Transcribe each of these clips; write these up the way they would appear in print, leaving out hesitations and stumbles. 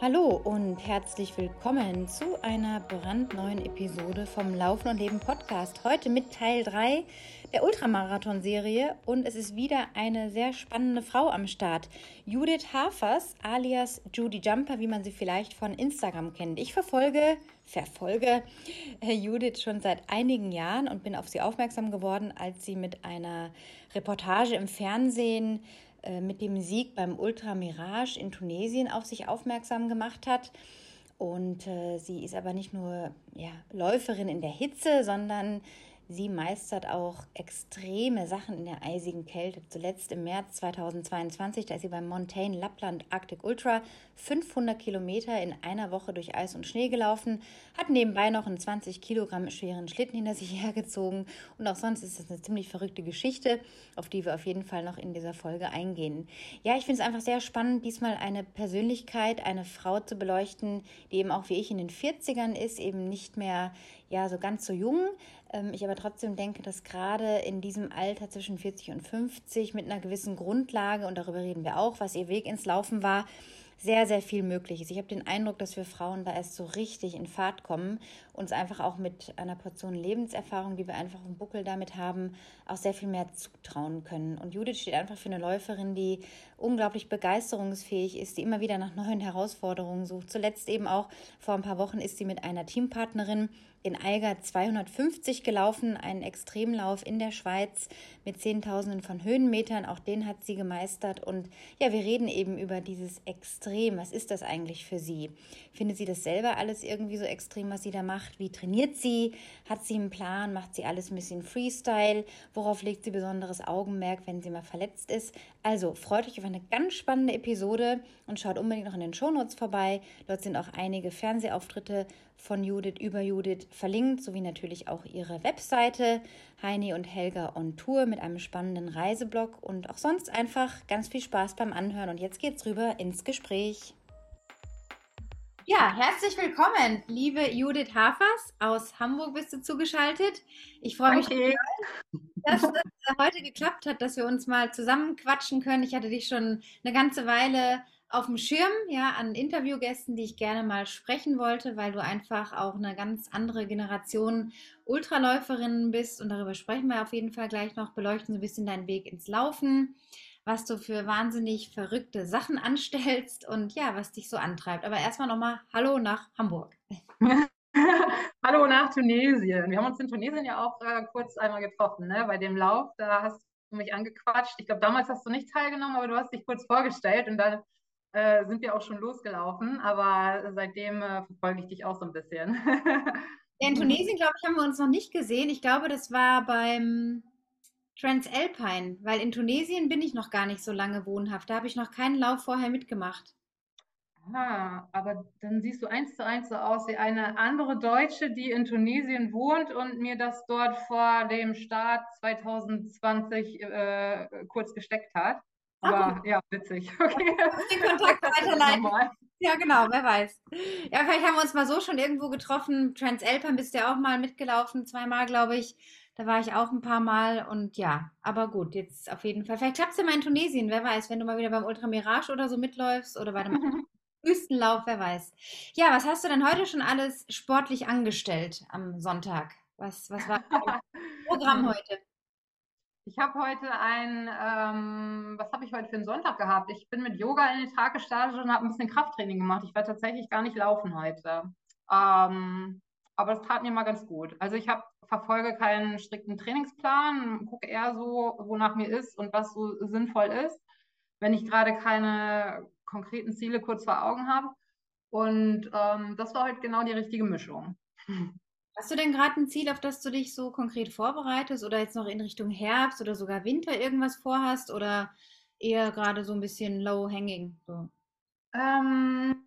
Hallo und herzlich willkommen zu einer brandneuen Episode vom Laufen und Leben Podcast. Heute mit Teil 3 der Ultramarathon-Serie und es ist wieder eine sehr spannende Frau am Start. Judith Hafers alias Judy Jumper, wie man sie vielleicht von Instagram kennt. Ich verfolge Judith schon seit einigen Jahren und bin auf sie aufmerksam geworden, als sie mit einer Reportage im Fernsehen mit dem Sieg beim Ultra Mirage in Tunesien auf sich aufmerksam gemacht hat. Und sie ist aber nicht nur Läuferin in der Hitze, sondern sie meistert auch extreme Sachen in der eisigen Kälte. Zuletzt im März 2022, da ist sie beim Montane Lappland Arctic Ultra 500 Kilometer in einer Woche durch Eis und Schnee gelaufen, hat nebenbei noch einen 20 Kilogramm schweren Schlitten hinter sich hergezogen. Und auch sonst ist es eine ziemlich verrückte Geschichte, auf die wir auf jeden Fall noch in dieser Folge eingehen. Ja, ich finde es einfach sehr spannend, diesmal eine Persönlichkeit, eine Frau zu beleuchten, die eben auch wie ich in den 40ern ist, eben nicht mehr so ganz so jung. Ich aber trotzdem denke, dass gerade in diesem Alter zwischen 40 und 50 mit einer gewissen Grundlage, und darüber reden wir auch, was ihr Weg ins Laufen war, sehr, sehr viel möglich ist. Ich habe den Eindruck, dass wir Frauen da erst so richtig in Fahrt kommen, uns einfach auch mit einer Portion Lebenserfahrung, die wir einfach im Buckel damit haben, auch sehr viel mehr zutrauen können. Und Judith steht einfach für eine Läuferin, die unglaublich begeisterungsfähig ist, die immer wieder nach neuen Herausforderungen sucht. Zuletzt eben auch vor ein paar Wochen ist sie mit einer Teampartnerin in Eiger 250 gelaufen, einen Extremlauf in der Schweiz mit Zehntausenden von Höhenmetern. Auch den hat sie gemeistert. Und ja, wir reden eben über dieses Extrem. Was ist das eigentlich für sie? Findet sie das selber alles irgendwie so extrem, was sie da macht? Wie trainiert sie? Hat sie einen Plan? Macht sie alles ein bisschen Freestyle? Worauf legt sie besonderes Augenmerk, wenn sie mal verletzt ist? Also freut euch auf eine ganz spannende Episode und schaut unbedingt noch in den Shownotes vorbei. Dort sind auch einige Fernsehauftritte von Judith über Judith verlinkt, sowie natürlich auch ihre Webseite Heini und Helga on Tour mit einem spannenden Reiseblog und auch sonst einfach ganz viel Spaß beim Anhören. Und jetzt geht's rüber ins Gespräch. Ja, herzlich willkommen, liebe Judith Hafers. Aus Hamburg bist du zugeschaltet. Ich freue mich, Okay. dass es heute geklappt hat, dass wir uns mal zusammen quatschen können. Ich hatte dich schon eine ganze Weile auf dem Schirm, ja, an Interviewgästen, die ich gerne mal sprechen wollte, weil du einfach auch eine ganz andere Generation Ultraläuferinnen bist. Und darüber sprechen wir auf jeden Fall gleich noch, beleuchten so ein bisschen deinen Weg ins Laufen, was du für wahnsinnig verrückte Sachen anstellst und ja, was dich so antreibt. Aber erstmal nochmal Hallo nach Hamburg. Hallo nach Tunesien. Wir haben uns in Tunesien ja auch kurz einmal getroffen, ne? Bei dem Lauf. Da hast du mich angequatscht. Ich glaube, damals hast du nicht teilgenommen, aber du hast dich kurz vorgestellt und dann sind wir auch schon losgelaufen. Aber seitdem verfolge ich dich auch so ein bisschen. Ja, in Tunesien, glaube ich, haben wir uns noch nicht gesehen. Ich glaube, das war beim Transalpine, weil in Tunesien bin ich noch gar nicht so lange wohnhaft. Da habe ich noch keinen Lauf vorher mitgemacht. Ah, aber dann siehst du eins zu eins so aus wie eine andere Deutsche, die in Tunesien wohnt und mir das dort vor dem Start 2020 kurz gesteckt hat. Ah, guck, Aber ja, witzig. Okay, den vielleicht Kontakt passiert das weiterleiten. nochmal. Ja, genau, wer weiß. Ja, vielleicht haben wir uns mal so schon irgendwo getroffen. Transalpine bist du ja auch mal mitgelaufen, zweimal, glaube ich. Da war ich auch ein paar Mal und ja, aber gut, jetzt auf jeden Fall. Vielleicht klappt es ja mal in Tunesien, wer weiß, wenn du mal wieder beim Ultra Mirage oder so mitläufst oder bei dem Wüstenlauf, wer weiß. Ja, was hast du denn heute schon alles sportlich angestellt am Sonntag? Was war dein Programm heute? Ich habe heute was habe ich heute für einen Sonntag gehabt? Ich bin mit Yoga in den Tag gestartet und habe ein bisschen Krafttraining gemacht. Ich werde tatsächlich gar nicht laufen heute. Aber es tat mir mal ganz gut. Also verfolge keinen strikten Trainingsplan, gucke eher so, wonach mir ist und was so sinnvoll ist, wenn ich gerade keine konkreten Ziele kurz vor Augen habe. Und das war heute genau die richtige Mischung. Hast du denn gerade ein Ziel, auf das du dich so konkret vorbereitest oder jetzt noch in Richtung Herbst oder sogar Winter irgendwas vorhast oder eher gerade so ein bisschen low hanging? So. Ähm,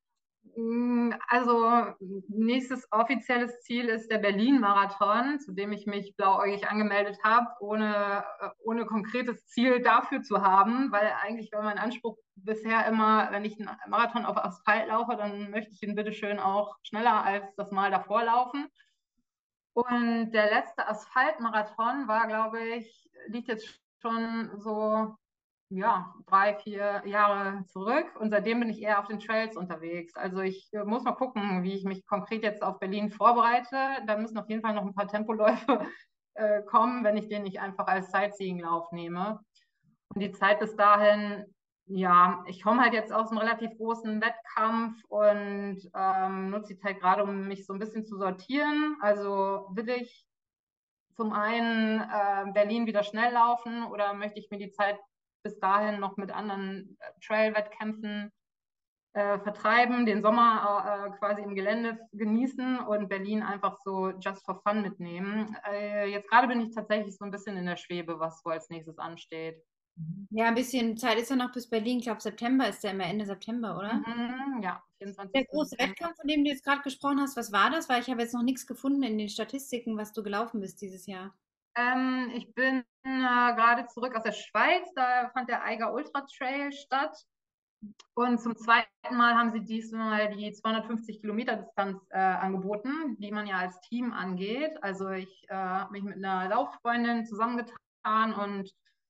Also nächstes offizielles Ziel ist der Berlin-Marathon, zu dem ich mich blauäugig angemeldet habe, ohne konkretes Ziel dafür zu haben, weil eigentlich war mein Anspruch bisher immer, wenn ich einen Marathon auf Asphalt laufe, dann möchte ich ihn bitteschön auch schneller als das Mal davor laufen. Und der letzte Asphaltmarathon war, glaube ich, liegt jetzt schon so ja, 3, 4 Jahre zurück und seitdem bin ich eher auf den Trails unterwegs. Also ich muss mal gucken, wie ich mich konkret jetzt auf Berlin vorbereite. Da müssen auf jeden Fall noch ein paar Tempoläufe kommen, wenn ich den nicht einfach als Sightseeing-Lauf nehme. Und die Zeit bis dahin, ja, ich komme halt jetzt aus einem relativ großen Wettkampf und nutze die Zeit gerade, um mich so ein bisschen zu sortieren. Also will ich zum einen Berlin wieder schnell laufen oder möchte ich mir die Zeit bis dahin noch mit anderen Trail-Wettkämpfen vertreiben, den Sommer quasi im Gelände genießen und Berlin einfach so just for fun mitnehmen. Jetzt gerade bin ich tatsächlich so ein bisschen in der Schwebe, was so als nächstes ansteht. Ja, ein bisschen Zeit ist ja noch bis Berlin. Ich glaube, September ist ja immer Ende September, oder? Mhm, ja, Der 24. große September. Wettkampf, von dem du jetzt gerade gesprochen hast, was war das? Weil ich habe jetzt noch nichts gefunden in den Statistiken, was du gelaufen bist dieses Jahr. Ich bin gerade zurück aus der Schweiz. Da fand der Eiger Ultra Trail statt. Und zum zweiten Mal haben sie diesmal die 250 Kilometer Distanz angeboten, die man ja als Team angeht. Also ich habe mich mit einer Lauffreundin zusammengetan und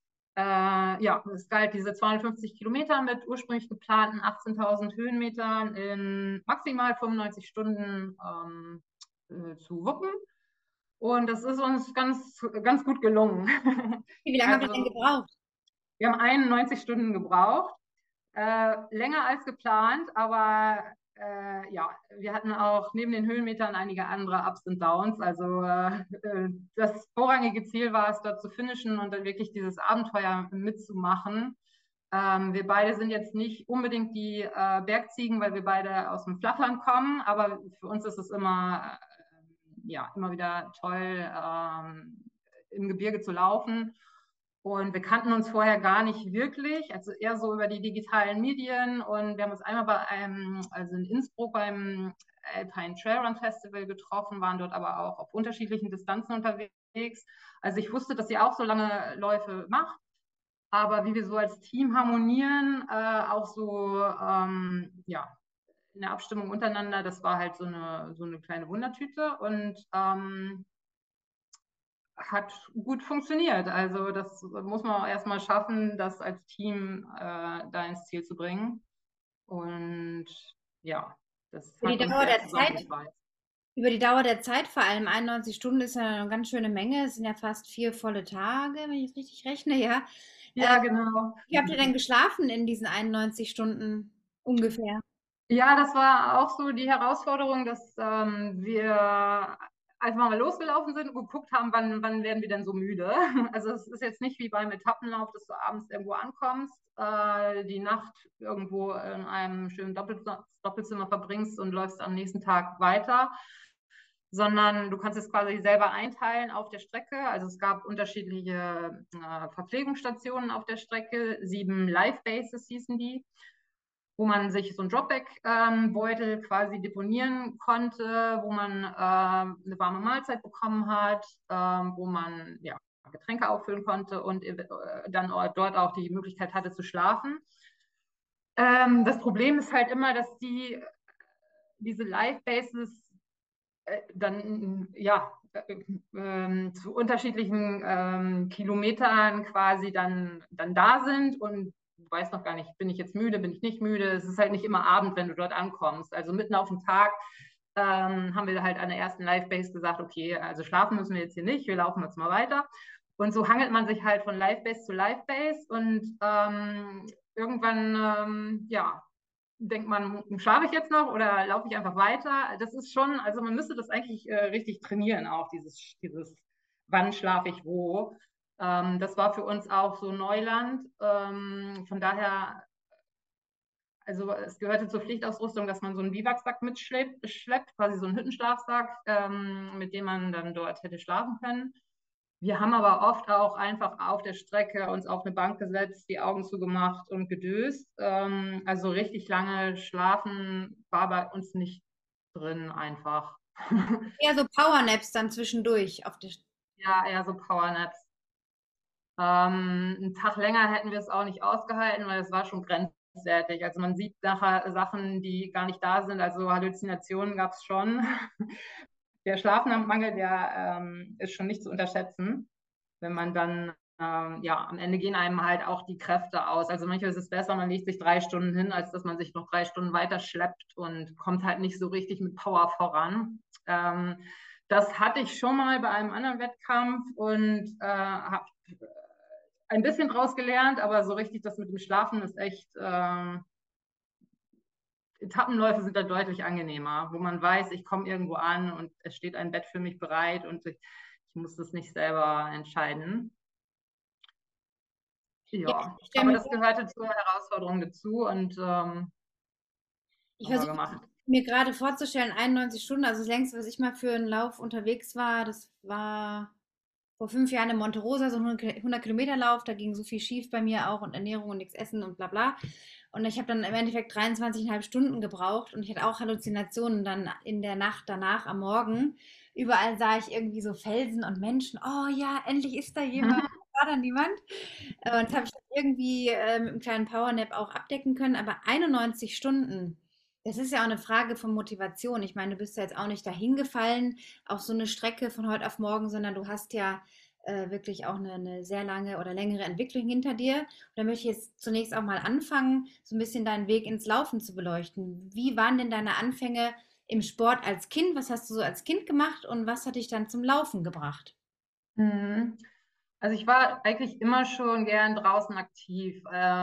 ja, es galt diese 250 Kilometer mit ursprünglich geplanten 18.000 Höhenmetern in maximal 95 Stunden zu wuppen. Und das ist uns ganz gut gelungen. Wie lange habt ihr denn Also gebraucht? wir haben 91 Stunden gebraucht. Länger als geplant, aber ja, wir hatten auch neben den Höhenmetern einige andere Ups und Downs. Also das vorrangige Ziel war es, dort zu finishen und dann wirklich dieses Abenteuer mitzumachen. Wir beide sind jetzt nicht unbedingt die Bergziegen, weil wir beide aus dem Flachland kommen, aber für uns ist es immer, ja, immer wieder toll, im Gebirge zu laufen. Und wir kannten uns vorher gar nicht wirklich, also eher so über die digitalen Medien. Und wir haben uns einmal bei einem, also in Innsbruck beim Alpine Trailrun Festival getroffen, waren dort aber auch auf unterschiedlichen Distanzen unterwegs. Also ich wusste, dass sie auch so lange Läufe macht, aber wie wir so als Team harmonieren, auch so ja, in der Abstimmung untereinander, das war halt so eine kleine Wundertüte. Und hat gut funktioniert. Also das muss man auch erstmal schaffen, das als Team da ins Ziel zu bringen. Und ja, das Über hat die uns Dauer sehr der Zeit, zusammengeschweißt. über die Dauer der Zeit, vor allem 91 Stunden ist ja eine ganz schöne Menge. Es sind ja fast 4 volle Tage, wenn ich es richtig rechne, ja. Äh, Ja, genau. Wie habt ihr denn geschlafen in diesen 91 Stunden ungefähr? Ja, das war auch so die Herausforderung, dass wir, als wir mal losgelaufen sind und geguckt haben, wann werden wir denn so müde. Also es ist jetzt nicht wie beim Etappenlauf, dass du abends irgendwo ankommst, die Nacht irgendwo in einem schönen Doppelzimmer verbringst und läufst am nächsten Tag weiter, sondern du kannst es quasi selber einteilen auf der Strecke. Also es gab unterschiedliche Verpflegungsstationen auf der Strecke, 7 Live-Bases hießen die, wo man sich so einen Dropback-Beutel quasi deponieren konnte, wo man eine warme Mahlzeit bekommen hat, wo man ja, Getränke auffüllen konnte und dann dort auch die Möglichkeit hatte zu schlafen. Das Problem ist halt immer, dass diese Live-Bases dann ja zu unterschiedlichen Kilometern quasi dann da sind und du weißt noch gar nicht, bin ich jetzt müde, bin ich nicht müde. Es ist halt nicht immer Abend, wenn du dort ankommst. Also mitten auf dem Tag haben wir halt an der ersten Live-Base gesagt, okay, also schlafen müssen wir jetzt hier nicht, wir laufen jetzt mal weiter. Und so hangelt man sich halt von Live-Base zu Live-Base und irgendwann, ja, denkt man, schlafe ich jetzt noch oder laufe ich einfach weiter? Das ist schon, also man müsste das eigentlich richtig trainieren, auch dieses wann schlafe ich wo. Das war für uns auch so Neuland. Von daher, also es gehörte zur Pflichtausrüstung, dass man so einen Biwaksack schleppt, quasi so einen Hüttenschlafsack, mit dem man dann dort hätte schlafen können. Wir haben aber oft auch einfach auf der Strecke uns auf eine Bank gesetzt, die Augen zugemacht und gedöst. Also richtig lange schlafen war bei uns nicht drin einfach. Eher so Powernaps dann zwischendurch auf der. Ja, eher so Powernaps. Einen Tag länger hätten wir es auch nicht ausgehalten, weil es war schon grenzwertig. Also man sieht nachher Sachen, die gar nicht da sind. Also Halluzinationen gab es schon. Der Schlafmangel, der ist schon nicht zu unterschätzen, wenn man dann ja, am Ende gehen einem halt auch die Kräfte aus. Also manchmal ist es besser, man legt sich 3 Stunden hin, als dass man sich noch 3 Stunden weiter schleppt und kommt halt nicht so richtig mit Power voran. Das hatte ich schon mal bei einem anderen Wettkampf und habe ein bisschen draus gelernt, aber so richtig das mit dem Schlafen ist echt, Etappenläufe sind da deutlich angenehmer, wo man weiß, ich komme irgendwo an und es steht ein Bett für mich bereit und ich muss das nicht selber entscheiden. Ja, Ja, ich stelle aber mir, das gehörte zur Herausforderung dazu und ich haben wir versuche gemacht. mir gerade vorzustellen, 91 Stunden, also das längste, was ich mal für einen Lauf unterwegs war, das war vor 5 Jahren in Monte Rosa, so ein 100 Kilometer Lauf, da ging so viel schief bei mir auch und Ernährung und nichts essen und bla bla. Und ich habe dann im Endeffekt 23,5 Stunden gebraucht und ich hatte auch Halluzinationen dann in der Nacht danach am Morgen. Überall sah ich irgendwie so Felsen und Menschen. Oh ja, endlich ist da jemand. War da niemand? Und das habe ich dann irgendwie mit einem kleinen Powernap auch abdecken können. Aber 91 Stunden, das ist ja auch eine Frage von Motivation. Ich meine, du bist ja jetzt auch nicht dahin gefallen auf so eine Strecke von heute auf morgen, sondern du hast ja wirklich auch eine sehr lange oder längere Entwicklung hinter dir. Und da möchte ich jetzt zunächst auch mal anfangen, so ein bisschen deinen Weg ins Laufen zu beleuchten. Wie waren denn deine Anfänge im Sport als Kind? Was hast du so als Kind gemacht und was hat dich dann zum Laufen gebracht? Mhm. Also ich war eigentlich immer schon gern draußen aktiv.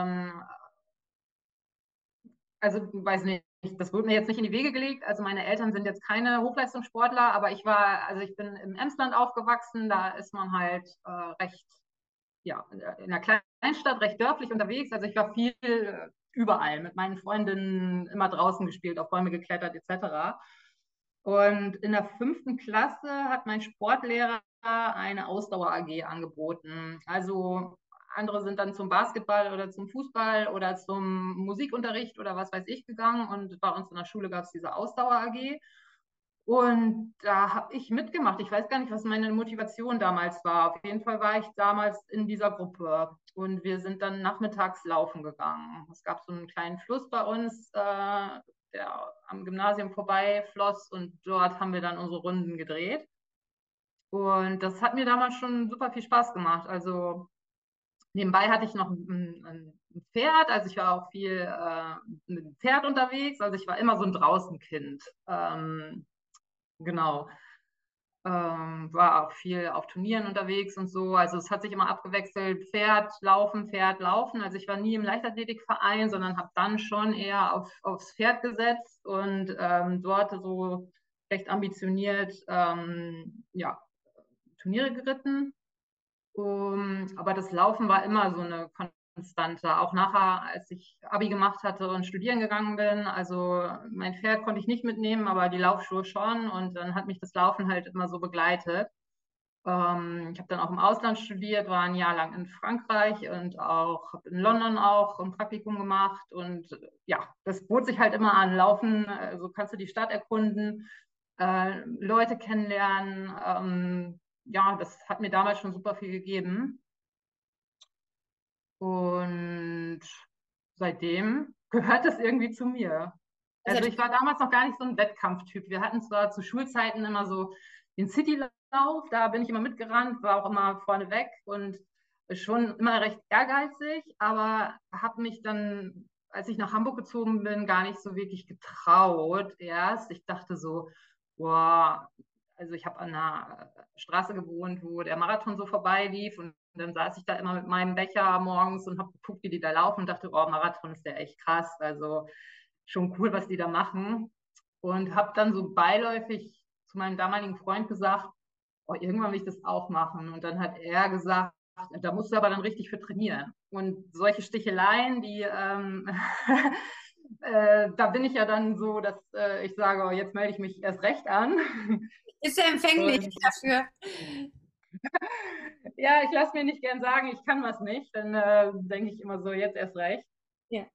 Also weiß nicht, das wurde mir jetzt nicht in die Wege gelegt. Also meine Eltern sind jetzt keine Hochleistungssportler, aber also ich bin im Emsland aufgewachsen. Da ist man halt recht, ja, in einer Kleinstadt recht dörflich unterwegs. Also ich war viel überall mit meinen Freundinnen immer draußen gespielt, auf Bäume geklettert etc. Und in der 5. Klasse hat mein Sportlehrer eine Ausdauer-AG angeboten. Also andere sind dann zum Basketball oder zum Fußball oder zum Musikunterricht oder was weiß ich gegangen. Und bei uns in der Schule gab es diese Ausdauer-AG. Und da habe ich mitgemacht. Ich weiß gar nicht, was meine Motivation damals war. Auf jeden Fall war ich damals in dieser Gruppe und wir sind dann nachmittags laufen gegangen. Es gab so einen kleinen Fluss bei uns, der am Gymnasium vorbei floss und dort haben wir dann unsere Runden gedreht. Und das hat mir damals schon super viel Spaß gemacht. Also nebenbei hatte ich noch ein Pferd, also ich war auch viel mit dem Pferd unterwegs. Also ich war immer so ein Draußenkind. Genau. War auch viel auf Turnieren unterwegs und so. Also es hat sich immer abgewechselt, Pferd, Laufen, Pferd, Laufen. Also ich war nie im Leichtathletikverein, sondern habe dann schon eher aufs Pferd gesetzt und dort so recht ambitioniert ja, Turniere geritten. Aber das Laufen war immer so eine Konstante. Auch nachher, als ich Abi gemacht hatte und studieren gegangen bin. Also mein Pferd konnte ich nicht mitnehmen, aber die Laufschuhe schon. Und dann hat mich das Laufen halt immer so begleitet. Ich habe dann auch im Ausland studiert, war ein Jahr lang in Frankreich und auch hab in London auch ein Praktikum gemacht. Und ja, das bot sich halt immer an. Laufen, so kannst du die Stadt erkunden, Leute kennenlernen. Ja, das hat mir damals schon super viel gegeben. Und seitdem gehört das irgendwie zu mir. Also, Also ich war damals noch gar nicht so ein Wettkampftyp. Wir hatten zwar zu Schulzeiten immer so den Citylauf, da bin ich immer mitgerannt, war auch immer vorne weg und schon immer recht ehrgeizig, aber habe mich dann, als ich nach Hamburg gezogen bin, gar nicht so wirklich getraut erst. Ich dachte so, boah, also ich habe an einer Straße gewohnt, wo der Marathon so vorbeilief und dann saß ich da immer mit meinem Becher morgens und habe geguckt, wie die da laufen und dachte, oh, Marathon ist ja echt krass. Also schon cool, was die da machen. Und habe dann so beiläufig zu meinem damaligen Freund gesagt, oh, irgendwann will ich das auch machen. Und dann hat er gesagt, da musst du aber dann richtig für trainieren. Und solche Sticheleien, die da bin ich ja dann so, dass ich sage, oh, jetzt melde ich mich erst recht an. ist er empfänglich Und dafür? ja, ich lasse mir nicht gern sagen, ich kann was nicht. Dann denke ich immer so, jetzt erst recht. Ja.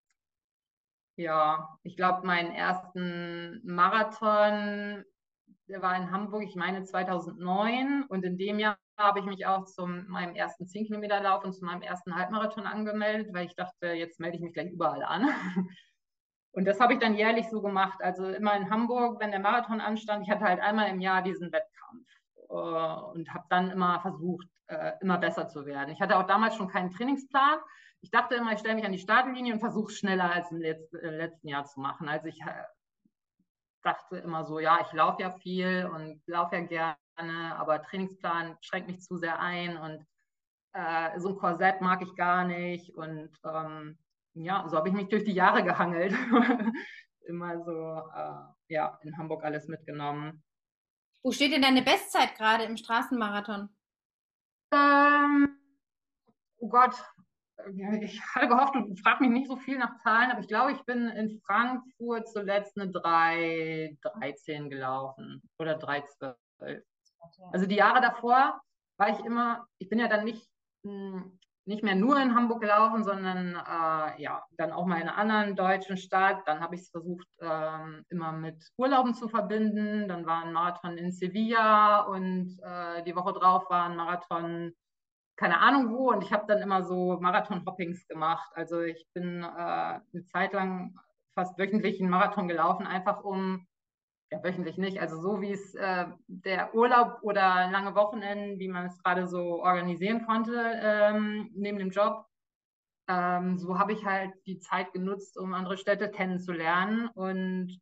Ja, ich glaube, meinen ersten Marathon, der war in Hamburg, ich meine 2009. Und in dem Jahr habe ich mich auch zu meinem ersten 10 Kilometer Lauf und zu meinem ersten Halbmarathon angemeldet, weil ich dachte, jetzt melde ich mich gleich überall an. Und das habe ich dann jährlich so gemacht. Also immer in Hamburg, wenn der Marathon anstand, ich hatte halt einmal im Jahr diesen Wettkampf und habe dann immer versucht, immer besser zu werden. Ich hatte auch damals schon keinen Trainingsplan. Ich dachte immer, ich stelle mich an die Startlinie und versuche es schneller als im letzten Jahr zu machen. Also ich dachte immer so, ja, ich laufe ja viel und laufe ja gerne, aber Trainingsplan schränkt mich zu sehr ein und so ein Korsett mag ich gar nicht. Und ja, so habe ich mich durch die Jahre gehangelt. Immer so, ja, in Hamburg alles mitgenommen. Wo steht denn deine Bestzeit gerade im Straßenmarathon? Ähm, oh Gott, ich hatte gehofft, du fragst mich nicht so viel nach Zahlen, aber ich glaube, ich bin in Frankfurt zuletzt eine 3:13 gelaufen oder 3:12. Also die Jahre davor war ich immer, ich bin ja dann nicht mehr nur in Hamburg gelaufen, sondern ja, dann auch mal in einer anderen deutschen Stadt. Dann habe ich es versucht, immer mit Urlauben zu verbinden. Dann war ein Marathon in Sevilla und die Woche drauf war ein Marathon, keine Ahnung wo. Und ich habe dann immer so Marathon-Hoppings gemacht. Also ich bin eine Zeit lang fast wöchentlich einen Marathon gelaufen, einfach um ja, wöchentlich nicht. Also so wie es der Urlaub oder lange Wochenenden, wie man es gerade so organisieren konnte neben dem Job. So habe ich halt die Zeit genutzt, um andere Städte kennenzulernen. Und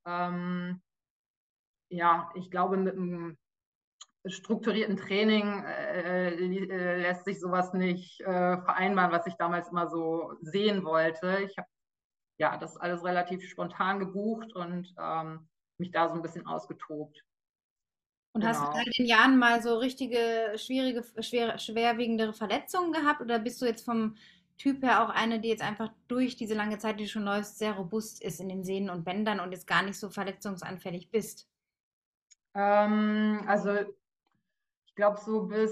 ja, ich glaube, mit einem strukturierten Training lässt sich sowas nicht vereinbaren, was ich damals immer so sehen wollte. Ich habe ja das alles relativ spontan gebucht und mich da so ein bisschen ausgetobt. Und hast du in all Genau. den Jahren mal so richtige, schwerwiegendere Verletzungen gehabt? Oder bist du jetzt vom Typ her auch eine, die jetzt einfach durch diese lange Zeit, die du schon läufst, sehr robust ist in den Sehnen und Bändern und jetzt gar nicht so verletzungsanfällig bist? Also ich glaube, so bis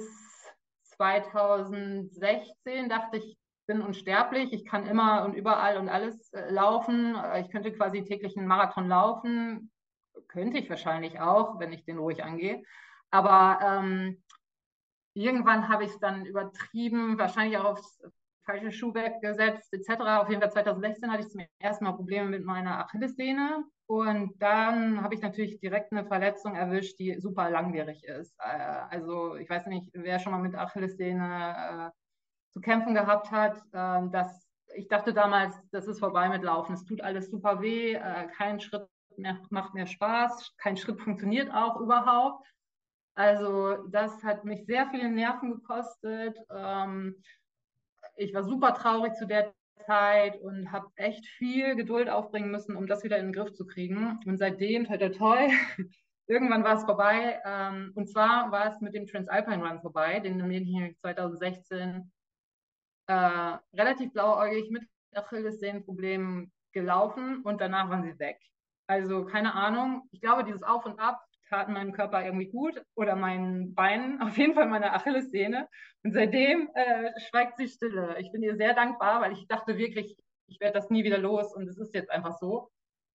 2016 dachte ich, ich bin unsterblich, ich kann immer und überall und alles laufen. Ich könnte quasi täglich einen Marathon laufen. Könnte ich wahrscheinlich auch, wenn ich den ruhig angehe. Aber irgendwann habe ich es dann übertrieben, wahrscheinlich auch aufs falsche Schuhwerk gesetzt, etc. Auf jeden Fall 2016 hatte ich zum ersten Mal Probleme mit meiner Achillessehne. Und dann habe ich natürlich direkt eine Verletzung erwischt, die super langwierig ist. Also ich weiß nicht, wer schon mal mit Achillessehne zu kämpfen gehabt hat. Ich dachte damals, das ist vorbei mit Laufen. Es tut alles super weh, kein Schritt mehr, macht mehr Spaß, kein Schritt funktioniert auch überhaupt. Also das hat mich sehr viele Nerven gekostet. Ich war super traurig zu der Zeit und habe echt viel Geduld aufbringen müssen, um das wieder in den Griff zu kriegen. Und seitdem, toi, toi, toi, irgendwann war es vorbei. Und zwar war es mit dem Transalpine Run vorbei, den bin ich 2016 relativ blauäugig mit Achillessehnenproblemen gelaufen und danach waren sie weg. Also keine Ahnung. Ich glaube, dieses Auf und Ab taten meinem Körper irgendwie gut oder meinen Beinen, auf jeden Fall meine Achillessehne. Und seitdem schweigt sie Stille. Ich bin ihr sehr dankbar, weil ich dachte wirklich, ich werde das nie wieder los und es ist jetzt einfach so.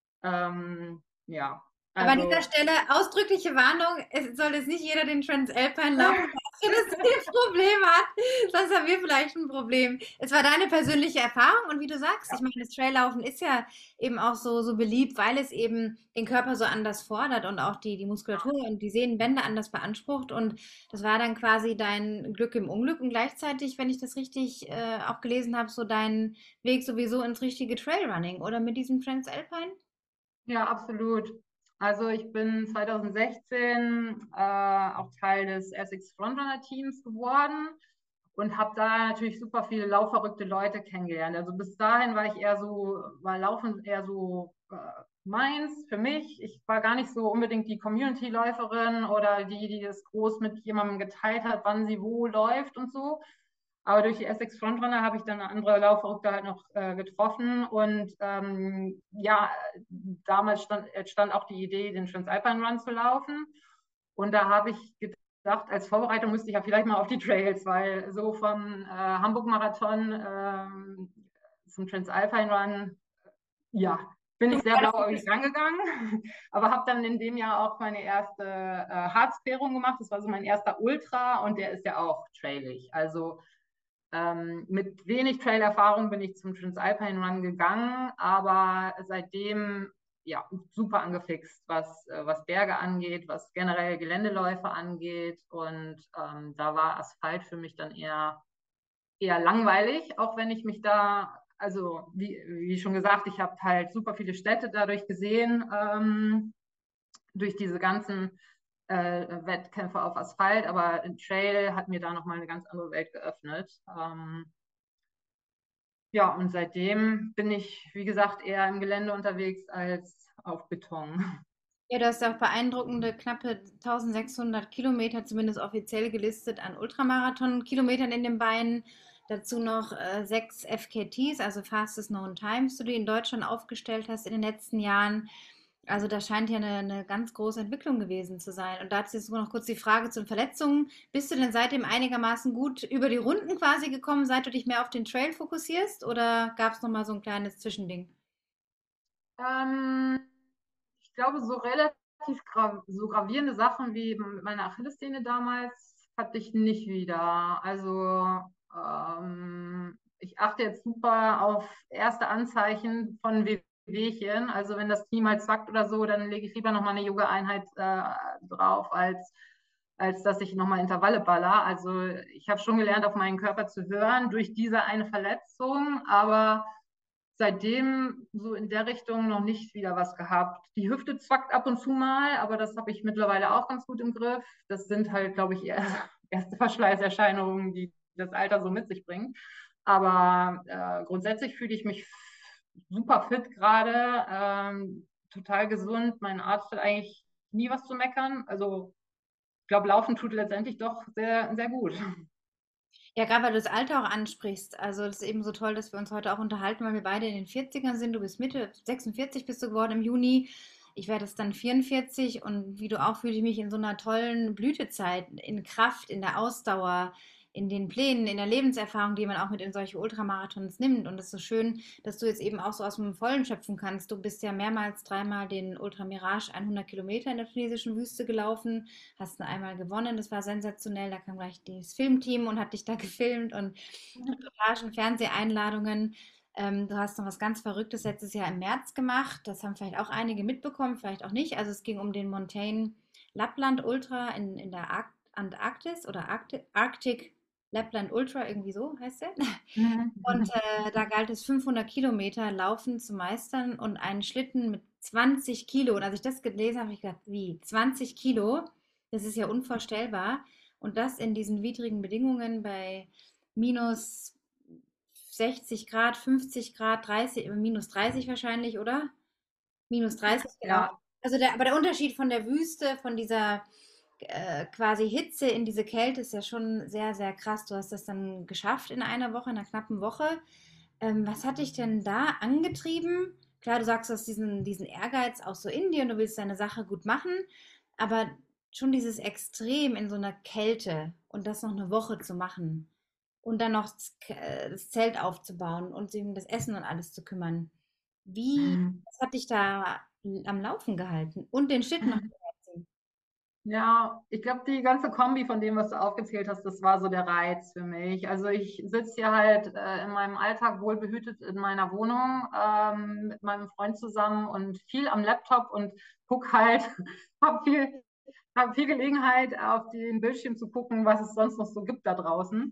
Ja, Aber an dieser also Stelle ausdrückliche Warnung, es soll jetzt nicht jeder den Transalpine laufen, wenn es ein Problem hat, sonst haben wir vielleicht ein Problem. Es war deine persönliche Erfahrung und wie du sagst, ich ja, meine, das Traillaufen ist ja eben auch so beliebt, weil es eben den Körper so anders fordert und auch die Muskulatur und die Sehnenbänder anders beansprucht und das war dann quasi dein Glück im Unglück und gleichzeitig, wenn ich das richtig auch gelesen habe, so dein Weg sowieso ins richtige Trailrunning oder mit diesem Transalpine? ja, absolut. Also ich bin 2016 auch Teil des Essex Frontrunner Teams geworden und habe da natürlich super viele laufverrückte Leute kennengelernt. Also bis dahin war Laufen eher so meins für mich. Ich war gar nicht so unbedingt die Community-Läuferin oder die das groß mit jemandem geteilt hat, wann sie wo läuft und so. Aber durch die Essex Frontrunner habe ich dann andere Laufverrückte halt noch getroffen. Und ja, damals entstand auch die Idee, den Transalpine Run zu laufen. Und da habe ich gedacht, als Vorbereitung müsste ich ja vielleicht mal auf die Trails, weil so vom Hamburg-Marathon zum Transalpine Run, ja, bin ich sehr blauäugig rangegangen. Aber habe dann in dem Jahr auch meine erste Harzquerung gemacht. Das war so mein erster Ultra und der ist ja auch trailig. Also mit wenig Trail-Erfahrung bin ich zum Transalpine Run gegangen, aber seitdem ja, super angefixt, was Berge angeht, was generell Geländeläufe angeht. Und da war Asphalt für mich dann eher langweilig, auch wenn ich mich da, also wie schon gesagt, ich habe halt super viele Städte dadurch gesehen, durch diese ganzen Wettkämpfe auf Asphalt, aber ein Trail hat mir da nochmal eine ganz andere Welt geöffnet. Ja, und seitdem bin ich, wie gesagt, eher im Gelände unterwegs als auf Beton. Ja, du hast ja auch beeindruckende knappe 1600 Kilometer, zumindest offiziell gelistet, an Ultramarathon-Kilometern in den Beinen. Dazu noch 6 FKTs, also Fastest Known Times, die du in Deutschland aufgestellt hast in den letzten Jahren. Also da scheint ja eine ganz große Entwicklung gewesen zu sein. Und dazu jetzt nur noch kurz die Frage zu den Verletzungen. Bist du denn seitdem einigermaßen gut über die Runden quasi gekommen, seit du dich mehr auf den Trail fokussierst? Oder gab es nochmal so ein kleines Zwischending? Ähm, Ich glaube, so relativ so gravierende Sachen wie mit meiner Achillessehne damals hatte ich nicht wieder. Also ich achte jetzt super auf erste Anzeichen von Wehwehchen. Also wenn das Knie mal zackt oder so, dann lege ich lieber nochmal eine Yoga-Einheit drauf, als dass ich nochmal Intervalle baller. Also ich habe schon gelernt, auf meinen Körper zu hören durch diese eine Verletzung, aber seitdem so in der Richtung noch nicht wieder was gehabt. Die Hüfte zwackt ab und zu mal, aber das habe ich mittlerweile auch ganz gut im Griff. Das sind halt, glaube ich, eher erste Verschleißerscheinungen, die das Alter so mit sich bringt. Aber grundsätzlich fühle ich mich super fit gerade, total gesund. Mein Arzt hat eigentlich nie was zu meckern. Also ich glaube, Laufen tut letztendlich doch sehr, sehr gut. Ja, gerade weil du das Alter auch ansprichst. Also, das ist eben so toll, dass wir uns heute auch unterhalten, weil wir beide in den 40ern sind. Du bist Mitte 46 bist du geworden im Juni. Ich werde es dann 44 und wie du auch fühle ich mich in so einer tollen Blütezeit, in Kraft, in der Ausdauer, in den Plänen, in der Lebenserfahrung, die man auch mit in solche Ultramarathons nimmt. Und es ist so schön, dass du jetzt eben auch so aus dem Vollen schöpfen kannst. Du bist ja mehrmals, dreimal den Ultra Mirage 100 Kilometer in der tunesischen Wüste gelaufen, hast ihn einmal gewonnen, das war sensationell. Da kam gleich das Filmteam und hat dich da gefilmt und Reportagen, Fernseheinladungen. Du hast noch was ganz Verrücktes letztes Jahr im März gemacht. Das haben vielleicht auch einige mitbekommen, vielleicht auch nicht. Also es ging um den Montane Lappland Ultra in der Antarktis oder Arctic Lapland Ultra, irgendwie so heißt der. Und da galt es 500 Kilometer Laufen zu meistern und einen Schlitten mit 20 Kilo. Und als ich das gelesen habe, habe ich gedacht, wie? 20 Kilo? Das ist ja unvorstellbar. Und das in diesen widrigen Bedingungen bei minus 60 Grad, 50 Grad, 30, minus 30 wahrscheinlich, oder? Minus 30, genau. Ja, Also aber der Unterschied von der Wüste, von dieser quasi Hitze in diese Kälte ist ja schon sehr, sehr krass. Du hast das dann geschafft in einer Woche, in einer knappen Woche. Was hat dich denn da angetrieben? Klar, du sagst, du hast diesen Ehrgeiz auch so in dir und du willst deine Sache gut machen, aber schon dieses Extrem in so einer Kälte und das noch eine Woche zu machen und dann noch das Zelt aufzubauen und sich um das Essen und alles zu kümmern. Was hat dich da am Laufen gehalten und den Shit noch zu ziehen? ja, ich glaube, die ganze Kombi von dem, was du aufgezählt hast, das war so der Reiz für mich. Also ich sitze hier halt in meinem Alltag wohlbehütet in meiner Wohnung mit meinem Freund zusammen und viel am Laptop und guck halt, hab viel Gelegenheit, auf den Bildschirm zu gucken, was es sonst noch so gibt da draußen.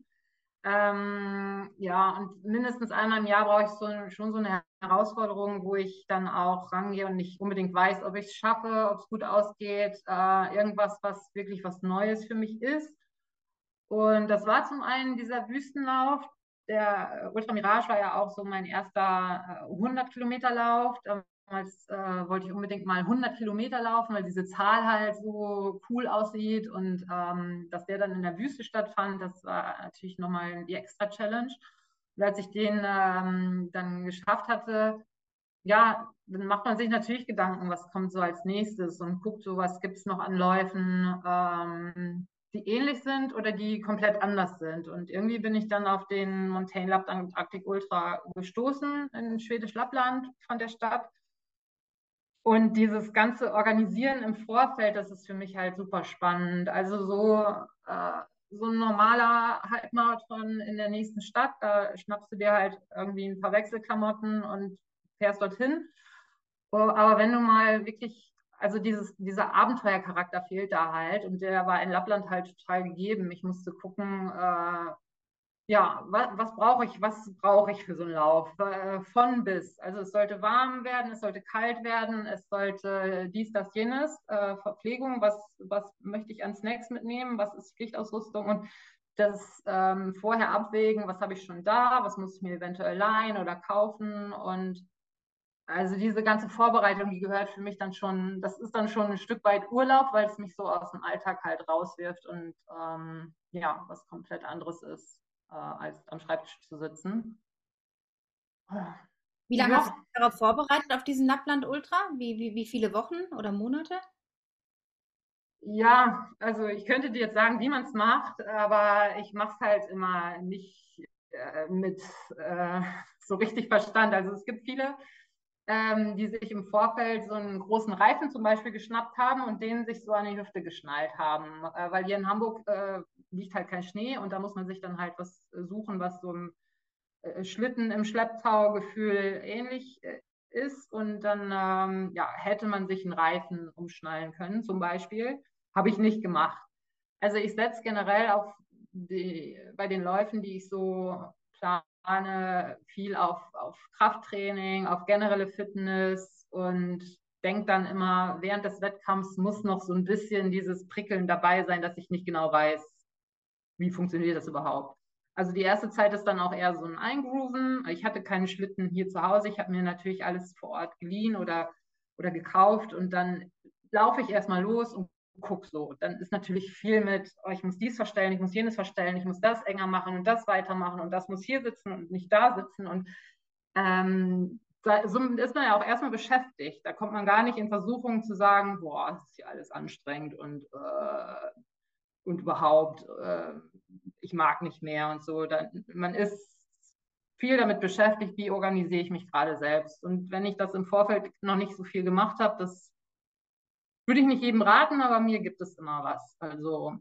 Ja, und mindestens einmal im Jahr brauche ich schon so eine Herausforderung, wo ich dann auch rangehe und nicht unbedingt weiß, ob ich es schaffe, ob es gut ausgeht, irgendwas, was wirklich was Neues für mich ist. Und das war zum einen dieser Wüstenlauf. Der Ultra Mirage war ja auch so mein erster 100 Kilometer Lauf. Damals wollte ich unbedingt mal 100 Kilometer laufen, weil diese Zahl halt so cool aussieht. Und dass der dann in der Wüste stattfand, das war natürlich nochmal die extra Challenge. Und als ich den dann geschafft hatte, ja, dann macht man sich natürlich Gedanken, was kommt so als nächstes und guckt so, was gibt es noch an Läufen, die ähnlich sind oder die komplett anders sind. Und irgendwie bin ich dann auf den Montane Lab Antarctic Ultra gestoßen in Schwedisch Lappland von der Stadt. Und dieses ganze Organisieren im Vorfeld, das ist für mich halt super spannend. Also so ein normaler Halbmarathon in der nächsten Stadt, da schnappst du dir halt irgendwie ein paar Wechselklamotten und fährst dorthin. Aber wenn du mal wirklich, also dieser Abenteuercharakter fehlt da halt und der war in Lappland halt total gegeben. Ich musste gucken, ja, was brauche ich für so einen Lauf? Von bis. Also es sollte warm werden, es sollte kalt werden, es sollte dies, das, jenes, Verpflegung, was möchte ich an Snacks mitnehmen, was ist Pflichtausrüstung und das vorher abwägen, was habe ich schon da, was muss ich mir eventuell leihen oder kaufen und also diese ganze Vorbereitung, die gehört für mich dann schon, das ist dann schon ein Stück weit Urlaub, weil es mich so aus dem Alltag halt rauswirft und ja, was komplett anderes ist, als am Schreibtisch zu sitzen. Wie lange hast du Ja, dich darauf vorbereitet, auf diesen Lappland Ultra? Wie viele Wochen oder Monate? ja, also ich könnte dir jetzt sagen, wie man es macht, aber ich mache es halt immer nicht mit äh, so richtig Verstand. Also es gibt viele, die sich im Vorfeld so einen großen Reifen zum Beispiel geschnappt haben und den sich so an die Hüfte geschnallt haben. Weil hier in Hamburg liegt halt kein Schnee und da muss man sich dann halt was suchen, was so im Schlitten im Schlepptaugefühl ähnlich ist. Und dann ja, hätte man sich einen Reifen umschnallen können, zum Beispiel. Habe ich nicht gemacht. Also ich setze generell bei den Läufen, die ich so plane, viel auf Krafttraining, auf generelle Fitness und denke dann immer, während des Wettkampfs muss noch so ein bisschen dieses Prickeln dabei sein, dass ich nicht genau weiß, wie funktioniert das überhaupt. Also die erste Zeit ist dann auch eher so ein Eingrooven. Ich hatte keine Schlitten hier zu Hause. Ich habe mir natürlich alles vor Ort geliehen oder gekauft und dann laufe ich erstmal los und guck so. Dann ist natürlich viel mit, oh, ich muss dies verstellen, ich muss jenes verstellen, ich muss das enger machen und das weitermachen und das muss hier sitzen und nicht da sitzen. Und so ist man ja auch erstmal beschäftigt. Da kommt man gar nicht in Versuchung zu sagen, boah, das ist hier alles anstrengend und überhaupt, ich mag nicht mehr und so. Man ist viel damit beschäftigt, wie organisiere ich mich gerade selbst. Und wenn ich das im Vorfeld noch nicht so viel gemacht habe, das würde ich nicht jedem raten, aber mir gibt es immer was. Also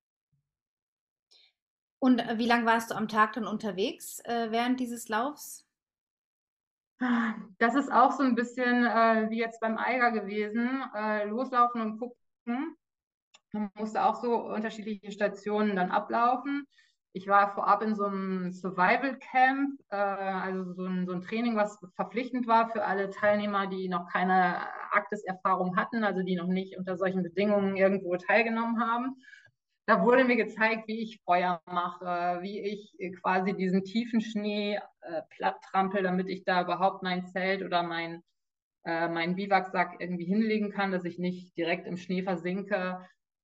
Und wie lange warst du am Tag dann unterwegs während dieses Laufs? das ist auch so ein bisschen wie jetzt beim Eiger gewesen. Loslaufen und gucken. Man musste auch so unterschiedliche Stationen dann ablaufen. Ich war vorab in so einem Survival Camp, also so ein Training, was verpflichtend war für alle Teilnehmer, die noch keine Arktis-Erfahrung hatten, also die noch nicht unter solchen Bedingungen irgendwo teilgenommen haben. Da wurde mir gezeigt, wie ich Feuer mache, wie ich quasi diesen tiefen Schnee platt trampel, damit ich da überhaupt mein Zelt oder meinen Biwaksack irgendwie hinlegen kann, dass ich nicht direkt im Schnee versinke.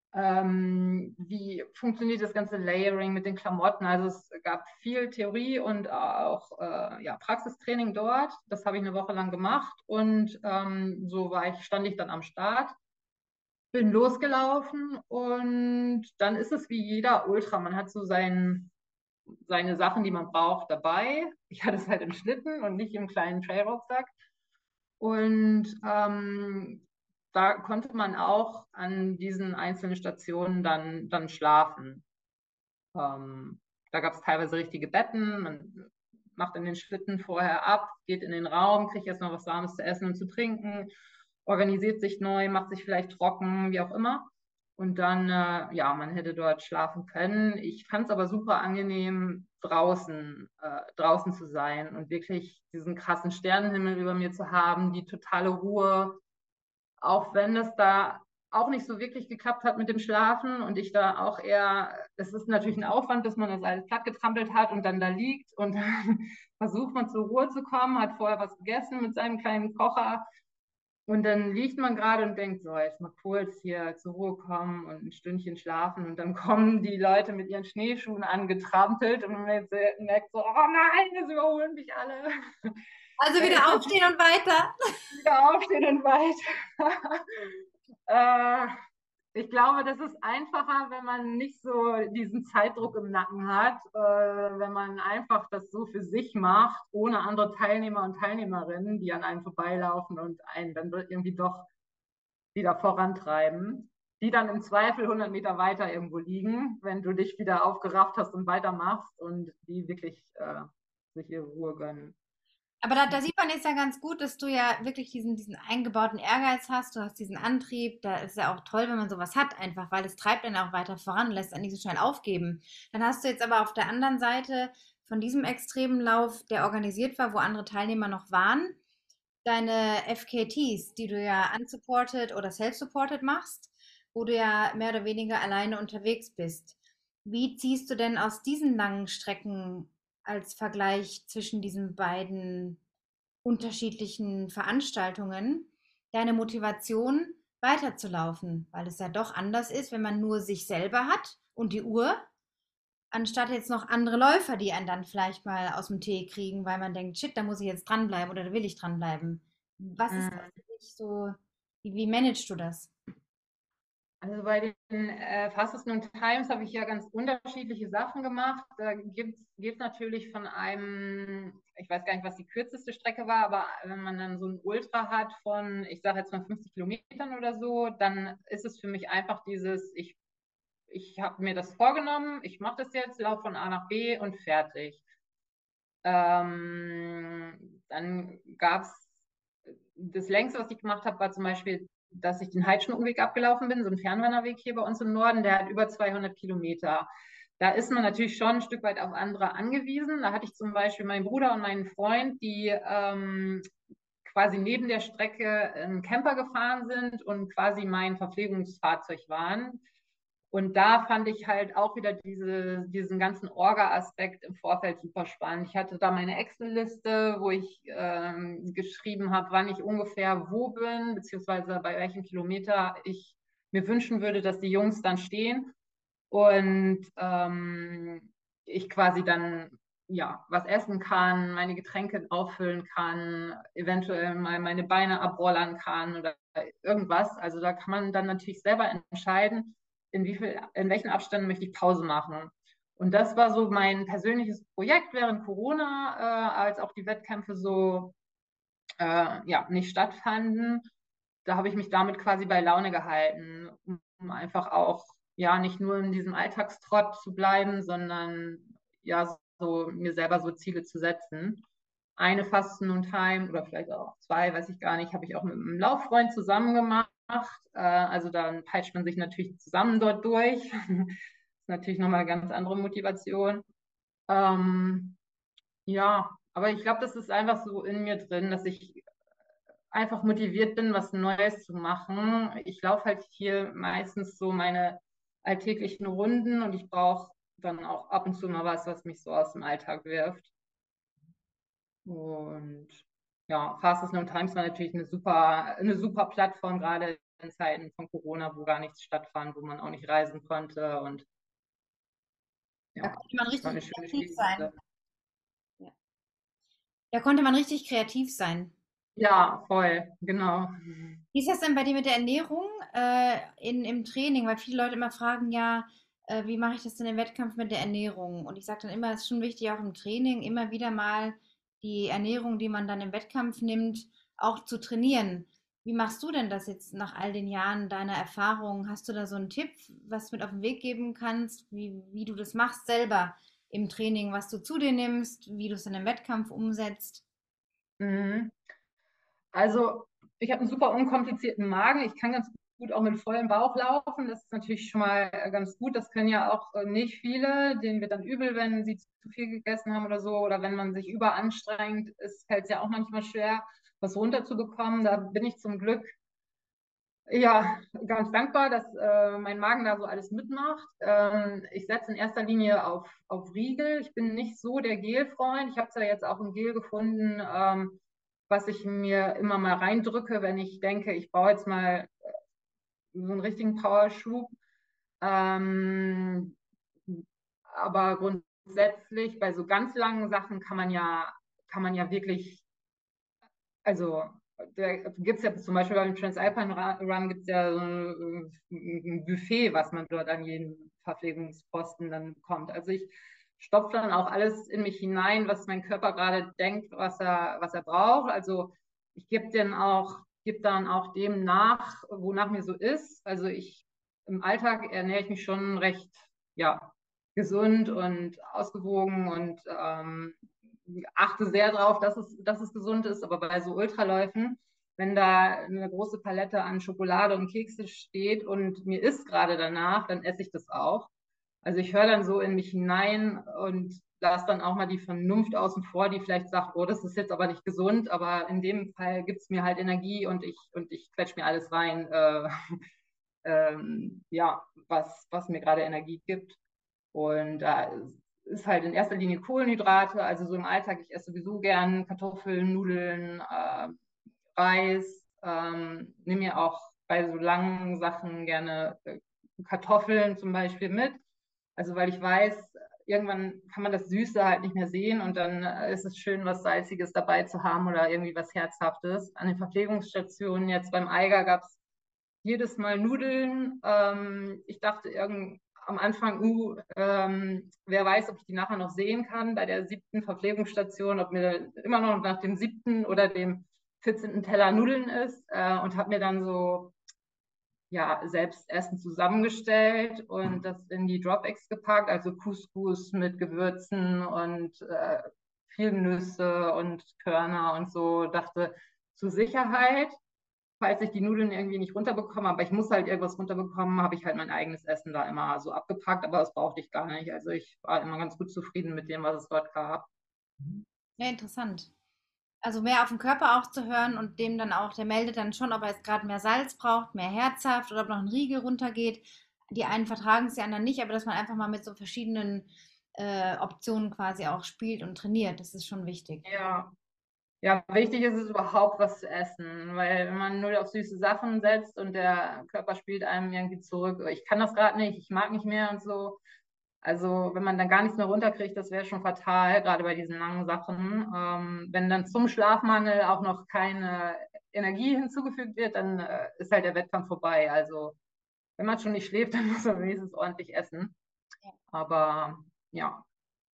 Wie funktioniert das ganze Layering mit den Klamotten? Also es gab viel Theorie und auch ja, Praxistraining dort. Das habe ich eine Woche lang gemacht und stand ich dann am Start, bin losgelaufen und dann ist es wie jeder Ultra. Man hat so seine Sachen, die man braucht, dabei. Ich hatte es halt im Schlitten und nicht im kleinen Trailrucksack. Und da konnte man auch an diesen einzelnen Stationen dann schlafen. Ähm, Da gab es teilweise richtige Betten. Man macht in den Schlitten vorher ab, geht in den Raum, kriegt erstmal was Warmes zu essen und zu trinken, organisiert sich neu, macht sich vielleicht trocken, wie auch immer. Und dann, ja, man hätte dort schlafen können. Ich fand es aber super angenehm, draußen zu sein und wirklich diesen krassen Sternenhimmel über mir zu haben, die totale Ruhe, auch wenn es da auch nicht so wirklich geklappt hat mit dem Schlafen und ich da auch eher, es ist natürlich ein Aufwand, bis man das alles platt getrampelt hat und dann da liegt und dann versucht man zur Ruhe zu kommen, hat vorher was gegessen mit seinem kleinen Kocher und dann liegt man gerade und denkt, so, jetzt mal kurz hier zur Ruhe kommen und ein Stündchen schlafen und dann kommen die Leute mit ihren Schneeschuhen angetrampelt und man merkt so, oh nein, das überholen mich alle. Also Da wieder ist aufstehen und weiter. wieder aufstehen und weiter. äh, Ich glaube, das ist einfacher, wenn man nicht so diesen Zeitdruck im Nacken hat, wenn man einfach das so für sich macht, ohne andere Teilnehmer und Teilnehmerinnen, die an einem vorbeilaufen und einen dann irgendwie doch wieder vorantreiben, die dann im Zweifel 100 Meter weiter irgendwo liegen, wenn du dich wieder aufgerafft hast und weitermachst und die wirklich sich ihre Ruhe gönnen. Aber da sieht man jetzt ja ganz gut, dass du ja wirklich diesen eingebauten Ehrgeiz hast. Du hast diesen Antrieb. Da ist ja auch toll, wenn man sowas hat, einfach, weil es treibt dann auch weiter voran und lässt einen nicht so schnell aufgeben. Dann hast du jetzt aber auf der anderen Seite von diesem extremen Lauf, der organisiert war, wo andere Teilnehmer noch waren, deine FKTs, die du ja unsupported oder self-supported machst, wo du ja mehr oder weniger alleine unterwegs bist. Wie ziehst du denn aus diesen langen Strecken als Vergleich zwischen diesen beiden unterschiedlichen Veranstaltungen deine Motivation weiterzulaufen? Weil es ja doch anders ist, wenn man nur sich selber hat und die Uhr, anstatt jetzt noch andere Läufer, die einen dann vielleicht mal aus dem Tee kriegen, weil man denkt, shit, da muss ich jetzt dranbleiben oder da will ich dranbleiben. Was ist das Mhm. für dich so, wie managst du das? Also bei den Fastest Known Times habe ich ja ganz unterschiedliche Sachen gemacht. Da geht es natürlich von einem, ich weiß gar nicht, was die kürzeste Strecke war, aber wenn man dann so ein Ultra hat von, ich sage jetzt mal 50 Kilometern oder so, dann ist es für mich einfach dieses, ich habe mir das vorgenommen, ich mache das jetzt, laufe von A nach B und fertig. Dann gab es das längste, was ich gemacht habe, war zum Beispiel, dass ich den Heidschnuckenweg abgelaufen bin, so ein Fernwanderweg hier bei uns im Norden, der hat über 200 Kilometer. Da ist man natürlich schon ein Stück weit auf andere angewiesen. Da hatte ich zum Beispiel meinen Bruder und meinen Freund, die quasi neben der Strecke einen Camper gefahren sind und quasi mein Verpflegungsfahrzeug waren. Und da fand ich halt auch wieder diesen ganzen Orga-Aspekt im Vorfeld super spannend. Ich hatte da meine Excel-Liste, wo ich geschrieben habe, wann ich ungefähr wo bin, beziehungsweise bei welchem Kilometer ich mir wünschen würde, dass die Jungs dann stehen. Und ich quasi dann ja was essen kann, meine Getränke auffüllen kann, eventuell mal meine Beine abrollern kann oder irgendwas. Also da kann man dann natürlich selber entscheiden, in welchen Abständen möchte ich Pause machen. Und das war so mein persönliches Projekt während Corona, als auch die Wettkämpfe so ja, nicht stattfanden. Da habe ich mich damit quasi bei Laune gehalten, um einfach auch ja nicht nur in diesem Alltagstrott zu bleiben, sondern ja so mir selber so Ziele zu setzen. Eine Fasten und Time oder vielleicht auch zwei, weiß ich gar nicht, habe ich auch mit einem Lauffreund zusammen gemacht. Also dann peitscht man sich natürlich zusammen dort durch. Das ist natürlich nochmal eine ganz andere Motivation. Ähm, ja, aber ich glaube, das ist einfach so in mir drin, dass ich einfach motiviert bin, was Neues zu machen. Ich laufe halt hier meistens so meine alltäglichen Runden und ich brauche dann auch ab und zu mal was, was mich so aus dem Alltag wirft. Und ja, Fastest Known Times war natürlich eine super Plattform, gerade in Zeiten von Corona, wo gar nichts stattfand, wo man auch nicht reisen konnte. Und Da ja, konnte man das war richtig eine schöne kreativ sein. Spielwiese. Ja. Da konnte man richtig kreativ sein. Ja, voll, genau. Wie ist das denn bei dir mit der Ernährung im Training? Weil viele Leute immer fragen, ja, wie mache ich das denn im Wettkampf mit der Ernährung? Und ich sage dann immer, es ist schon wichtig, auch im Training immer wieder mal die Ernährung, die man dann im Wettkampf nimmt, auch zu trainieren. Wie machst du denn das jetzt nach all den Jahren deiner Erfahrung? Hast du da so einen Tipp, was du mit auf den Weg geben kannst, wie du das machst selber im Training, was du zu dir nimmst, wie du es dann im Wettkampf umsetzt? Mhm. Also, ich habe einen super unkomplizierten Magen. Ich kann ganz gut auch mit vollem Bauch laufen. Das ist natürlich schon mal ganz gut. Das können ja auch nicht viele. Denen wird dann übel, wenn sie zu viel gegessen haben oder so. Oder wenn man sich überanstrengt, fällt es ja auch manchmal schwer, was runterzubekommen. Da bin ich zum Glück ja ganz dankbar, dass mein Magen da so alles mitmacht. Ich setze in erster Linie auf Riegel. Ich bin nicht so der Gelfreund. Ich habe zwar jetzt auch ein Gel gefunden, was ich mir immer mal reindrücke, wenn ich denke, ich brauche jetzt mal so einen richtigen Powerschub. Ähm, aber grundsätzlich bei so ganz langen Sachen kann man ja wirklich, also da gibt es ja zum Beispiel beim Transalpine Run gibt es ja so ein Buffet, was man dort an jeden Verpflegungsposten dann bekommt. Also ich stopfe dann auch alles in mich hinein, was mein Körper gerade denkt, was er braucht. Also ich gebe dann auch dem nach, wonach mir so ist. Also ich im Alltag ernähre ich mich schon recht, ja, gesund und ausgewogen und achte sehr darauf, dass es gesund ist, aber bei so Ultraläufen, wenn da eine große Palette an Schokolade und Kekse steht und mir ist gerade danach, dann esse ich das auch. Also ich höre dann so in mich hinein und lasse dann auch mal die Vernunft außen vor, die vielleicht sagt, oh, das ist jetzt aber nicht gesund, aber in dem Fall gibt es mir halt Energie und ich quetsche mir alles rein, ja, was mir gerade Energie gibt. Und da ist halt in erster Linie Kohlenhydrate, also so im Alltag, ich esse sowieso gern Kartoffeln, Nudeln, Reis, nehme mir auch bei so langen Sachen gerne Kartoffeln zum Beispiel mit. Also weil ich weiß, irgendwann kann man das Süße halt nicht mehr sehen und dann ist es schön, was Salziges dabei zu haben oder irgendwie was Herzhaftes. An den Verpflegungsstationen jetzt beim Eiger gab es jedes Mal Nudeln. Ich dachte am Anfang, wer weiß, ob ich die nachher noch sehen kann bei der 7. Verpflegungsstation, ob mir immer noch nach dem 7. oder dem 14. Teller Nudeln ist und habe mir dann so ja, selbst Essen zusammengestellt und das in die Dropbacks gepackt, also Couscous mit Gewürzen und viel Nüsse und Körner und so. Dachte, zur Sicherheit, falls ich die Nudeln irgendwie nicht runterbekomme, aber ich muss halt irgendwas runterbekommen, habe ich halt mein eigenes Essen da immer so abgepackt, aber das brauchte ich gar nicht. Also ich war immer ganz gut zufrieden mit dem, was es dort gab. Ja, interessant. Also mehr auf den Körper auch zu hören und dem dann auch, der meldet dann schon, ob er jetzt gerade mehr Salz braucht, mehr herzhaft oder ob noch ein Riegel runtergeht. Die einen vertragen es, die anderen nicht, aber dass man einfach mal mit so verschiedenen Optionen quasi auch spielt und trainiert, das ist schon wichtig. Ja, ja, wichtig ist es überhaupt, was zu essen, weil wenn man nur auf süße Sachen setzt und der Körper spielt einem irgendwie zurück, ich kann das gerade nicht, ich mag nicht mehr und so. Also wenn man dann gar nichts mehr runterkriegt, das wäre schon fatal, gerade bei diesen langen Sachen. Wenn dann zum Schlafmangel auch noch keine Energie hinzugefügt wird, dann ist halt der Wettkampf vorbei. Also wenn man schon nicht schläft, dann muss man wenigstens ordentlich essen. Aber ja.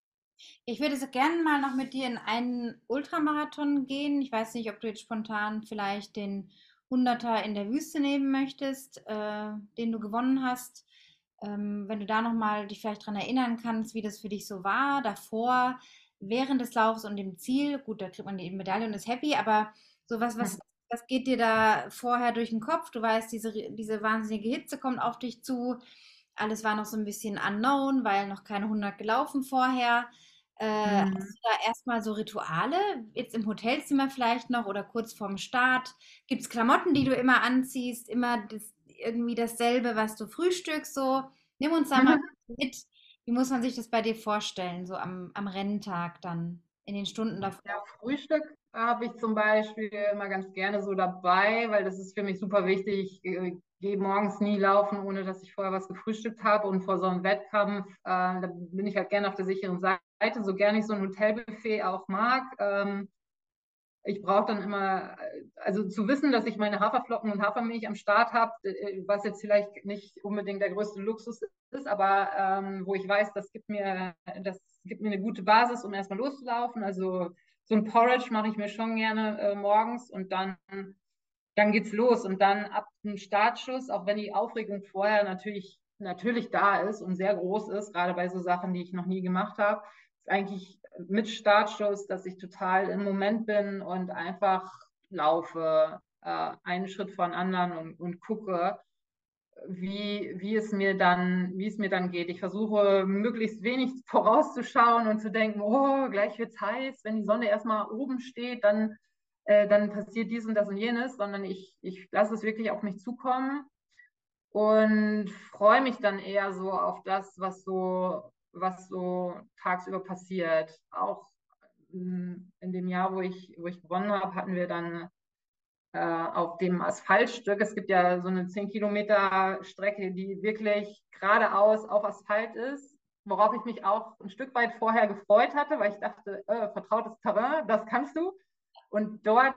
Ich würde so gerne mal noch mit dir in einen Ultramarathon gehen. Ich weiß nicht, ob du jetzt spontan vielleicht den Hunderter in der Wüste nehmen möchtest, den du gewonnen hast. Wenn du da noch mal dich vielleicht dran erinnern kannst, wie das für dich so war, davor, während des Laufs und dem Ziel. Gut, da kriegt man die Medaille und ist happy, aber so was geht dir da vorher durch den Kopf? Du weißt, diese wahnsinnige Hitze kommt auf dich zu. Alles war noch so ein bisschen unknown, weil noch keine 100 gelaufen vorher. Hast Hm. du da erstmal so Rituale, jetzt im Hotelzimmer vielleicht noch oder kurz vorm Start? Gibt es Klamotten, die du immer anziehst, immer irgendwie dasselbe, was du frühstückst? So, nimm uns da mal mit. Wie muss man sich das bei dir vorstellen, so am Renntag dann, in den Stunden Ja, davor? Frühstück habe ich zum Beispiel immer ganz gerne so dabei, weil das ist für mich super wichtig. Ich gehe morgens nie laufen, ohne dass ich vorher was gefrühstückt habe. Und vor so einem Wettkampf, da bin ich halt gerne auf der sicheren Seite, so gerne ich so ein Hotelbuffet auch mag. Ich brauche dann immer, also zu wissen, dass ich meine Haferflocken und Hafermilch am Start habe, was jetzt vielleicht nicht unbedingt der größte Luxus ist, aber wo ich weiß, das gibt mir eine gute Basis, um erstmal loszulaufen. Also so ein Porridge mache ich mir schon gerne morgens und dann geht's los. Und dann ab dem Startschuss, auch wenn die Aufregung vorher natürlich da ist und sehr groß ist, gerade bei so Sachen, die ich noch nie gemacht habe, ist eigentlich mit Startschuss, dass ich total im Moment bin und einfach laufe, einen Schritt vor den anderen und gucke, wie es mir dann geht. Ich versuche möglichst wenig vorauszuschauen und zu denken, oh, gleich wird's heiß. Wenn die Sonne erstmal oben steht, dann passiert dies und das und jenes, sondern ich lasse es wirklich auf mich zukommen und freue mich dann eher so auf das, was so tagsüber passiert. Auch in dem Jahr, wo ich gewonnen habe, hatten wir dann auf dem Asphaltstück. Es gibt ja so eine 10 Kilometer Strecke, die wirklich geradeaus auf Asphalt ist, worauf ich mich auch ein Stück weit vorher gefreut hatte, weil ich dachte, vertrautes Terrain, das kannst du. Und dort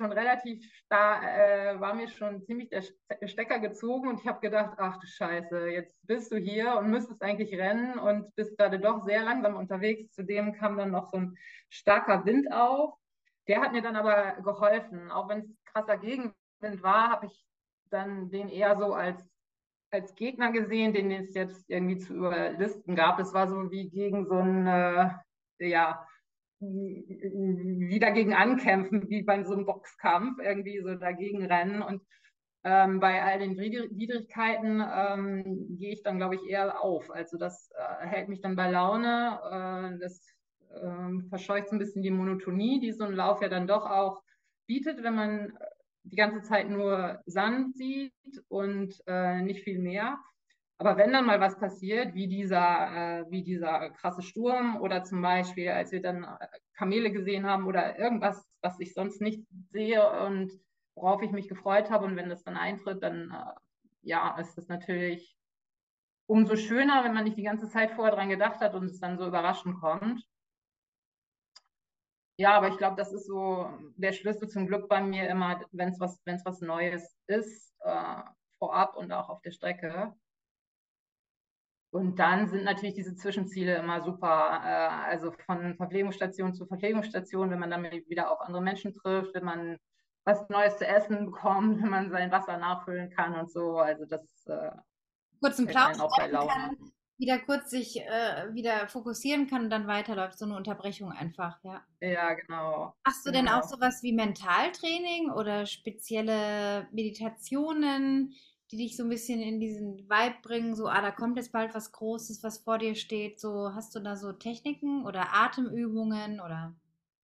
war mir schon ziemlich der Stecker gezogen und ich habe gedacht, ach du Scheiße, jetzt bist du hier und müsstest eigentlich rennen und bist gerade doch sehr langsam unterwegs. Zudem kam dann noch so ein starker Wind auf. Der hat mir dann aber geholfen. Auch wenn es krasser Gegenwind war, habe ich dann den eher so als Gegner gesehen, den es jetzt irgendwie zu überlisten gab. Es war so wie gegen so ein, ja, wie dagegen ankämpfen, wie bei so einem Boxkampf, irgendwie so dagegen rennen. Und bei all den Widrigkeiten gehe ich dann, glaube ich, eher auf. Also das hält mich dann bei Laune. Das verscheucht so ein bisschen die Monotonie, die so ein Lauf ja dann doch auch bietet, wenn man die ganze Zeit nur Sand sieht und nicht viel mehr. Aber wenn dann mal was passiert, wie dieser krasse Sturm oder zum Beispiel, als wir dann Kamele gesehen haben oder irgendwas, was ich sonst nicht sehe und worauf ich mich gefreut habe, und wenn das dann eintritt, dann ja, ist das natürlich umso schöner, wenn man nicht die ganze Zeit vorher dran gedacht hat und es dann so überraschend kommt. Ja, aber ich glaube, das ist so der Schlüssel zum Glück bei mir immer, wenn es was Neues ist, vorab und auch auf der Strecke. Und dann sind natürlich diese Zwischenziele immer super. Also von Verpflegungsstation zu Verpflegungsstation, wenn man dann wieder auf andere Menschen trifft, wenn man was Neues zu essen bekommt, wenn man sein Wasser nachfüllen kann und so. Also das Kurz einen hält Plausch einen auch bei halten Laune. kann, wieder kurz sich wieder fokussieren kann und dann weiterläuft. So eine Unterbrechung einfach, ja. Ja, genau. Machst du denn auch Genau. sowas wie Mentaltraining oder spezielle Meditationen, die dich so ein bisschen in diesen Vibe bringen, so, da kommt jetzt bald was Großes, was vor dir steht, so, hast du da so Techniken oder Atemübungen oder?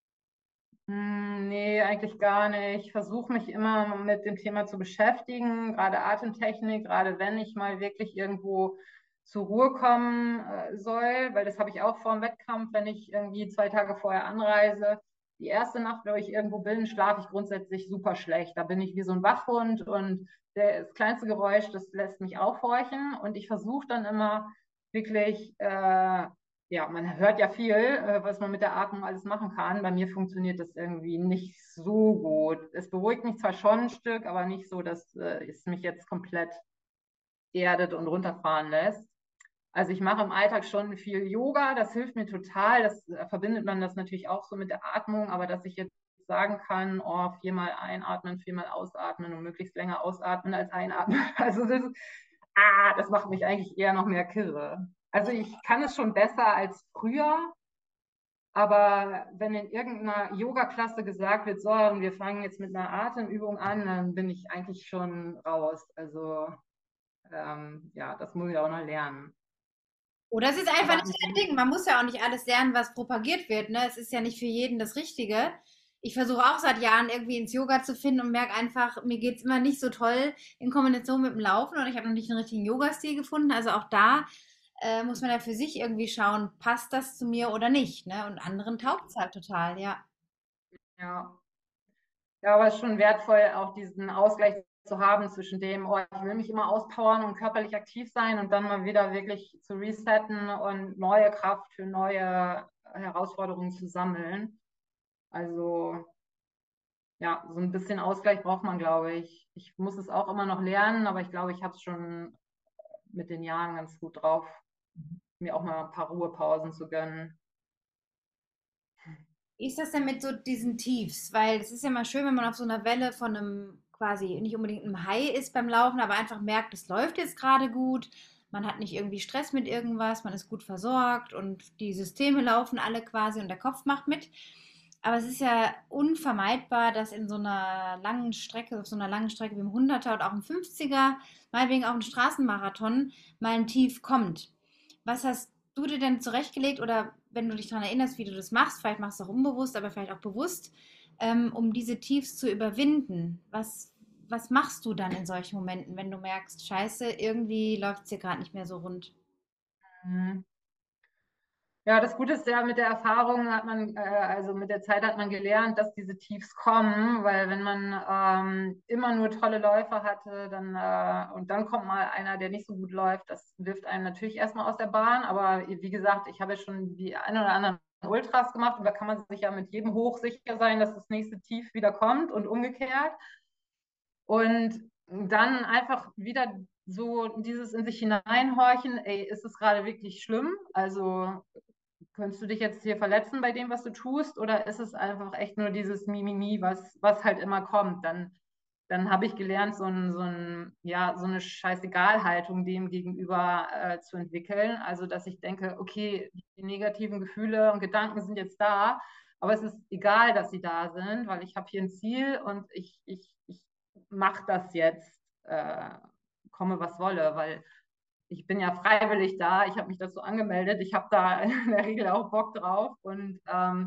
Nee, eigentlich gar nicht. Ich versuche mich immer mit dem Thema zu beschäftigen, gerade Atemtechnik, gerade wenn ich mal wirklich irgendwo zur Ruhe kommen soll, weil das habe ich auch vor dem Wettkampf, wenn ich irgendwie 2 Tage vorher anreise. Die erste Nacht, wo ich irgendwo bin, schlafe ich grundsätzlich super schlecht. Da bin ich wie so ein Wachhund und das kleinste Geräusch, das lässt mich aufhorchen, und ich versuche dann immer wirklich ja, man hört ja viel, was man mit der Atmung alles machen kann. Bei mir funktioniert das irgendwie nicht so gut. Es beruhigt mich zwar schon ein Stück, aber nicht so, dass es mich jetzt komplett erdet und runterfahren lässt. Also ich mache im Alltag schon viel Yoga, das hilft mir total. Das verbindet man das natürlich auch so mit der Atmung, aber dass ich jetzt sagen kann, oh, 4-mal einatmen, 4-mal ausatmen und möglichst länger ausatmen als einatmen. Also das macht mich eigentlich eher noch mehr kirre. Also ich kann es schon besser als früher, aber wenn in irgendeiner Yoga-Klasse gesagt wird, so, und wir fangen jetzt mit einer Atemübung an, dann bin ich eigentlich schon raus. Also ja, das muss ich auch noch lernen. Oder es ist einfach Aber nicht dein Ding. Man muss ja auch nicht alles lernen, was propagiert wird, ne? Es ist ja nicht für jeden das Richtige. Ich versuche auch seit Jahren irgendwie ins Yoga zu finden und merke einfach, mir geht es immer nicht so toll in Kombination mit dem Laufen und ich habe noch nicht den richtigen Yoga-Stil gefunden. Also auch da muss man ja für sich irgendwie schauen, passt das zu mir oder nicht, ne? Und anderen taugt es halt total, ja. ja, ja, aber es ist schon wertvoll, auch diesen Ausgleich zu haben zwischen dem, oh, ich will mich immer auspowern und körperlich aktiv sein, und dann mal wieder wirklich zu resetten und neue Kraft für neue Herausforderungen zu sammeln. Also ja, so ein bisschen Ausgleich braucht man, glaube ich. Ich muss es auch immer noch lernen, aber ich glaube, ich habe es schon mit den Jahren ganz gut drauf, mir auch mal ein paar Ruhepausen zu gönnen. Wie ist das denn mit so diesen Tiefs? Weil es ist ja mal schön, wenn man auf so einer Welle von einem quasi nicht unbedingt einem High ist beim Laufen, aber einfach merkt, es läuft jetzt gerade gut. Man hat nicht irgendwie Stress mit irgendwas, man ist gut versorgt und die Systeme laufen alle quasi und der Kopf macht mit. Aber es ist ja unvermeidbar, dass in so einer langen Strecke, auf so einer langen Strecke wie im 100er oder auch im 50er, meinetwegen auch ein Straßenmarathon, mal ein Tief kommt. Was hast du dir denn zurechtgelegt oder wenn du dich daran erinnerst, wie du das machst, vielleicht machst du es auch unbewusst, aber vielleicht auch bewusst, um diese Tiefs zu überwinden? Was machst du dann in solchen Momenten, wenn du merkst, scheiße, irgendwie läuft es hier gerade nicht mehr so rund? Mhm. Ja, das Gute ist ja, mit der Erfahrung hat man, also mit der Zeit hat man gelernt, dass diese Tiefs kommen, weil wenn man immer nur tolle Läufe hatte, dann und dann kommt mal einer, der nicht so gut läuft, das wirft einen natürlich erstmal aus der Bahn. Aber wie gesagt, ich habe ja schon die ein oder anderen Ultras gemacht, und da kann man sich ja mit jedem Hoch sicher sein, dass das nächste Tief wieder kommt und umgekehrt. Und dann einfach wieder so dieses in sich hineinhorchen, ey, ist es gerade wirklich schlimm? Also könntest du dich jetzt hier verletzen bei dem, was du tust, oder ist es einfach echt nur dieses Mimimi, was halt immer kommt? Dann habe ich gelernt, ja, so eine Scheißegal-Haltung dem gegenüber zu entwickeln. Also, dass ich denke, okay, die negativen Gefühle und Gedanken sind jetzt da, Aber es ist egal, dass sie da sind, weil ich habe hier ein Ziel und ich mache das jetzt, komme was wolle, weil ich bin ja freiwillig da, ich habe mich dazu angemeldet, ich habe da in der Regel auch Bock drauf und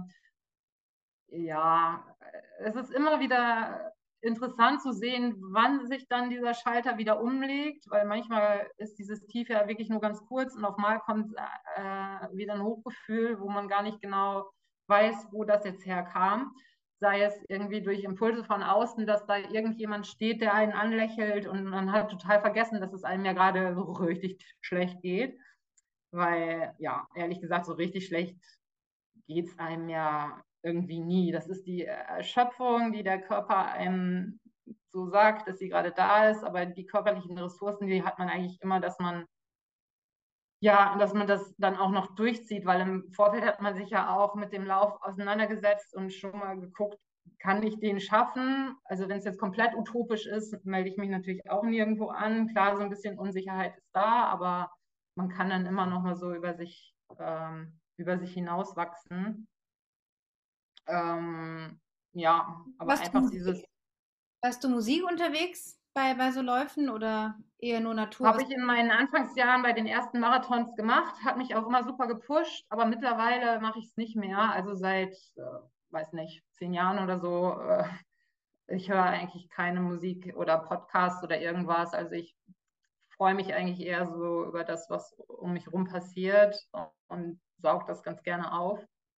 ja, es ist immer wieder interessant zu sehen, wann sich dann dieser Schalter wieder umlegt, weil manchmal ist dieses Tief ja wirklich nur ganz kurz und auf einmal kommt wieder ein Hochgefühl, wo man gar nicht genau weiß, wo das jetzt herkam. Sei es irgendwie durch Impulse von außen, dass da irgendjemand steht, der einen anlächelt und man hat total vergessen, dass es einem ja gerade so richtig schlecht geht. Weil, ja, ehrlich gesagt, so richtig schlecht geht es einem ja irgendwie nie. Das ist die Erschöpfung, die der Körper einem so sagt, dass sie gerade da ist, aber die körperlichen Ressourcen, die hat man eigentlich immer, dass man ja, dass man das dann auch noch durchzieht, weil im Vorfeld hat man sich ja auch mit dem Lauf auseinandergesetzt und schon mal geguckt, kann ich den schaffen? Also wenn es jetzt komplett utopisch ist, melde ich mich natürlich auch nirgendwo an. Klar, so ein bisschen Unsicherheit ist da, aber man kann dann immer noch mal so über sich hinauswachsen. Ähm, ja, aber Hörst du einfach dieses Musik? Hörst du Musik unterwegs bei so Läufen oder eher nur Natur? habe ich in meinen Anfangsjahren bei den ersten Marathons gemacht, hat mich auch immer super gepusht, aber mittlerweile mache ich es nicht mehr. Also seit, weiß nicht, 10 Jahren oder so. Ich höre eigentlich keine Musik oder Podcasts oder irgendwas. Also ich freue mich eigentlich eher so über das, was um mich rum passiert und saug das ganz gerne auf.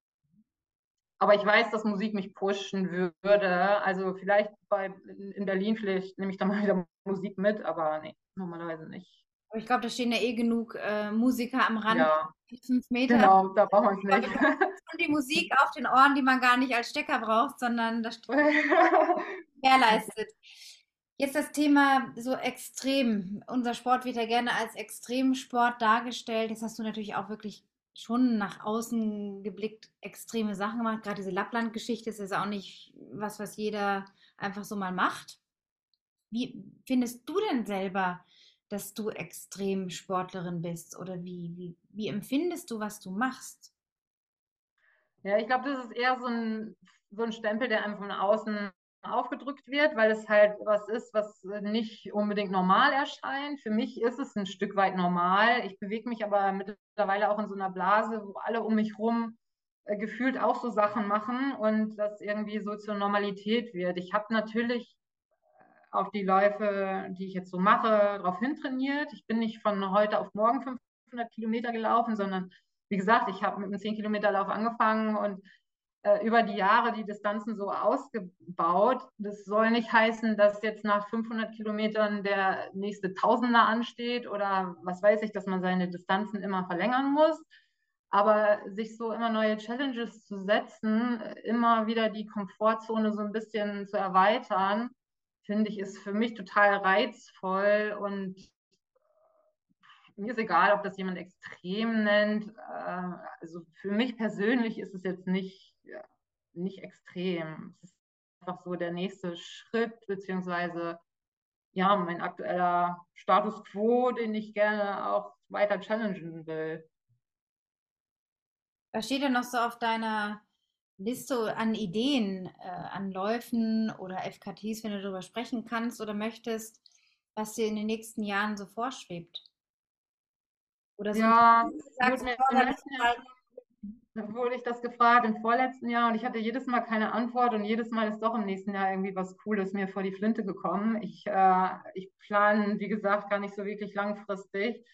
Aber ich weiß, dass Musik mich pushen würde. Also vielleicht in Berlin, vielleicht nehme ich da mal wieder Musik mit, aber nee, normalerweise nicht. Aber ich glaube, da stehen ja eh genug Musiker am Rand, Ja, 5 Meter. genau, da braucht man es Ich glaube, nicht. da ist schon die Musik auf den Ohren, die man gar nicht als Stecker braucht, sondern das gewährleistet. Jetzt das Thema so extrem. Unser Sport wird ja gerne als Extremsport dargestellt. Jetzt hast du natürlich auch wirklich schon nach außen geblickt extreme Sachen gemacht. Gerade diese Lappland-Geschichte ist jetzt auch nicht was, was jeder einfach so mal macht. Wie findest du denn selber, dass du Extremsportlerin bist? Oder wie empfindest du, was du machst? Ja, ich glaube, das ist eher so ein Stempel, der einem von außen aufgedrückt wird, weil es halt was ist, was nicht unbedingt normal erscheint. Für mich ist es ein Stück weit normal. Ich bewege mich aber mittlerweile auch in so einer Blase, wo alle um mich rum gefühlt auch so Sachen machen und das irgendwie so zur Normalität wird. Ich habe natürlich auf die Läufe, die ich jetzt so mache, darauf hintrainiert. Ich bin nicht von heute auf morgen 500 Kilometer gelaufen, sondern wie gesagt, ich habe mit einem 10 Kilometer Lauf angefangen und über die Jahre die Distanzen so ausgebaut. Das soll nicht heißen, dass jetzt nach 500 Kilometern der nächste Tausender ansteht oder was weiß ich, dass man seine Distanzen immer verlängern muss. Aber sich so immer neue Challenges zu setzen, immer wieder die Komfortzone so ein bisschen zu erweitern, finde ich, ist für mich total reizvoll und mir ist egal, ob das jemand extrem nennt. Also für mich persönlich ist es jetzt nicht, ja, nicht extrem. Es ist einfach so der nächste Schritt, beziehungsweise ja, mein aktueller Status quo, den ich gerne auch weiter challengen will. Was steht denn noch so auf deiner Liste an Ideen, an Läufen oder FKTs, wenn du darüber sprechen kannst oder möchtest, was dir in den nächsten Jahren so vorschwebt? Oder so ein Ja, Ziel, wo du wurde sagst, mir oh, im da bist letzten du Jahr bald. schon, wurde ich das gefragt, im vorletzten Jahr, und ich hatte jedes Mal keine Antwort und jedes Mal ist doch im nächsten Jahr irgendwie was Cooles mir vor die Flinte gekommen. Ich plane, wie gesagt, gar nicht so wirklich langfristig.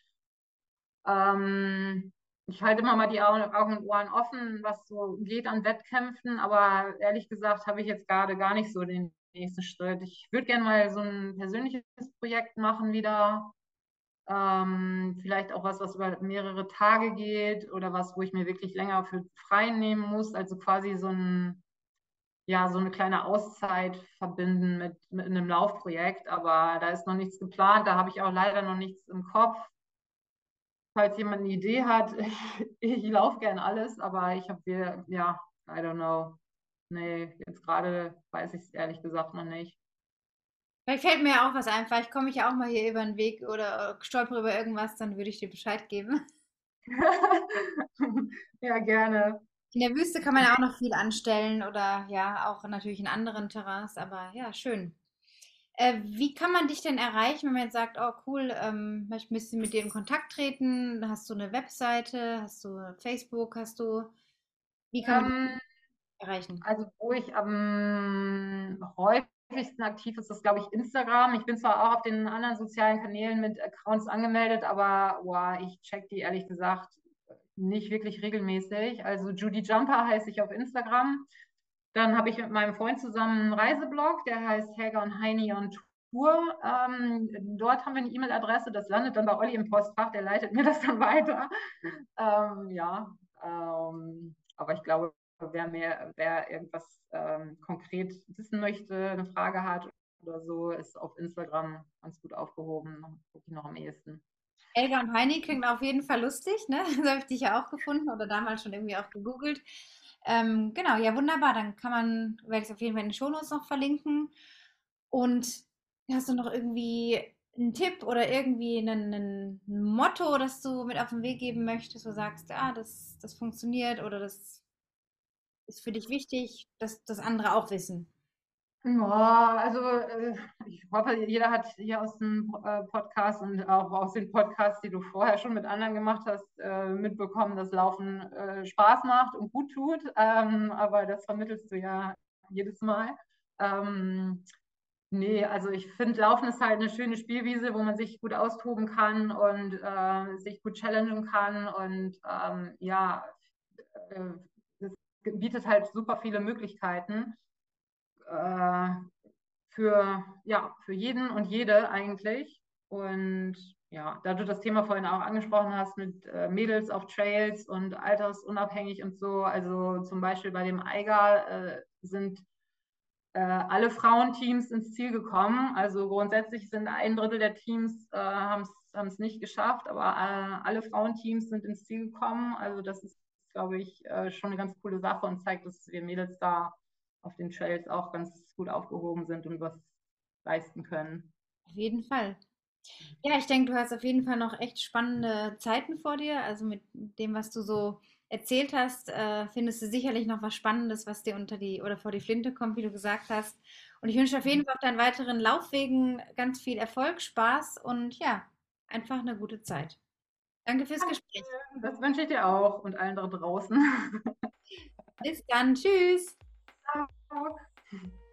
Ich halte immer mal die Augen und Ohren offen, was so geht an Wettkämpfen, aber ehrlich gesagt habe ich jetzt gerade gar nicht so den nächsten Schritt. Ich würde gerne mal so ein persönliches Projekt machen wieder. Vielleicht auch was über mehrere Tage geht oder was, wo ich mir wirklich länger für frei nehmen muss. Also quasi ja, so eine kleine Auszeit verbinden mit einem Laufprojekt. Aber da ist noch nichts geplant. Da habe ich auch leider noch nichts im Kopf. Falls jemand eine Idee hat, ich laufe gern alles, aber ich habe, ja, I don't know. Nee, jetzt gerade weiß ich es ehrlich gesagt noch nicht. Vielleicht fällt mir ja auch was ein, vielleicht komme ich ja auch mal hier über den Weg oder stolpere über irgendwas, dann würde ich dir Bescheid geben. Ja, gerne. In der Wüste kann man ja auch noch viel anstellen oder ja, auch natürlich in anderen Terrains, aber ja, schön. Wie kann man dich denn erreichen, wenn man jetzt sagt, oh cool, ich müsste mit dir in Kontakt treten? Hast du eine Webseite? Hast du Facebook? Wie kann man dich Ähm, erreichen? Also wo ich am häufigsten aktiv ist, ist, glaube ich, Instagram. Ich bin zwar auch auf den anderen sozialen Kanälen mit Accounts angemeldet, aber boah, ich check die ehrlich gesagt nicht wirklich regelmäßig. Also Judy Jumper heiße ich auf Instagram. Dann habe ich mit meinem Freund zusammen einen Reiseblog, der heißt Helga und Heini on Tour. Dort haben wir eine E-Mail-Adresse, das landet dann bei Olli im Postfach, der leitet mir das dann weiter. Ja, aber ich glaube, wer irgendwas konkret wissen möchte, eine Frage hat oder so, ist auf Instagram ganz gut aufgehoben. Gucke ich noch am ehesten. Elga und Heini klingt auf jeden Fall lustig, ne? So habe ich dich ja auch gefunden oder damals schon irgendwie auch gegoogelt. Genau, ja, wunderbar. Dann werde ich es auf jeden Fall in den Shownotes noch verlinken. Und hast du noch irgendwie einen Tipp oder irgendwie ein Motto, das du mit auf den Weg geben möchtest, wo du sagst, ah, das funktioniert oder das ist für dich wichtig, dass das andere auch wissen? Ja, also ich hoffe, jeder hat hier aus dem Podcast und auch aus den Podcasts, die du vorher schon mit anderen gemacht hast, mitbekommen, dass Laufen Spaß macht und gut tut. Aber das vermittelst du ja jedes Mal. Ähm, Nee, also ich finde, Laufen ist halt eine schöne Spielwiese, wo man sich gut austoben kann und sich gut challengen kann. Und ja, äh, es bietet halt super viele Möglichkeiten äh, für jeden und jede eigentlich. Und ja, da du das Thema vorhin auch angesprochen hast mit Mädels auf Trails und altersunabhängig und so, also zum Beispiel bei dem Eiger sind alle Frauenteams ins Ziel gekommen. Also grundsätzlich sind ein Drittel der Teams haben es nicht geschafft, aber alle Frauenteams sind ins Ziel gekommen. Also das ist, glaube ich, schon eine ganz coole Sache und zeigt, dass wir Mädels da auf den Trails auch ganz gut aufgehoben sind und was leisten können. Auf jeden Fall. Ja, ich denke, du hast auf jeden Fall noch echt spannende Zeiten vor dir. Also mit dem, was du so erzählt hast, findest du sicherlich noch was Spannendes, was dir unter die oder vor die Flinte kommt, wie du gesagt hast. Und ich wünsche dir auf jeden Fall auf deinen weiteren Laufwegen ganz viel Erfolg, Spaß und ja, einfach eine gute Zeit. Danke fürs Gespräch. Das wünsche ich dir auch und allen da draußen. Bis dann. Tschüss. Ciao.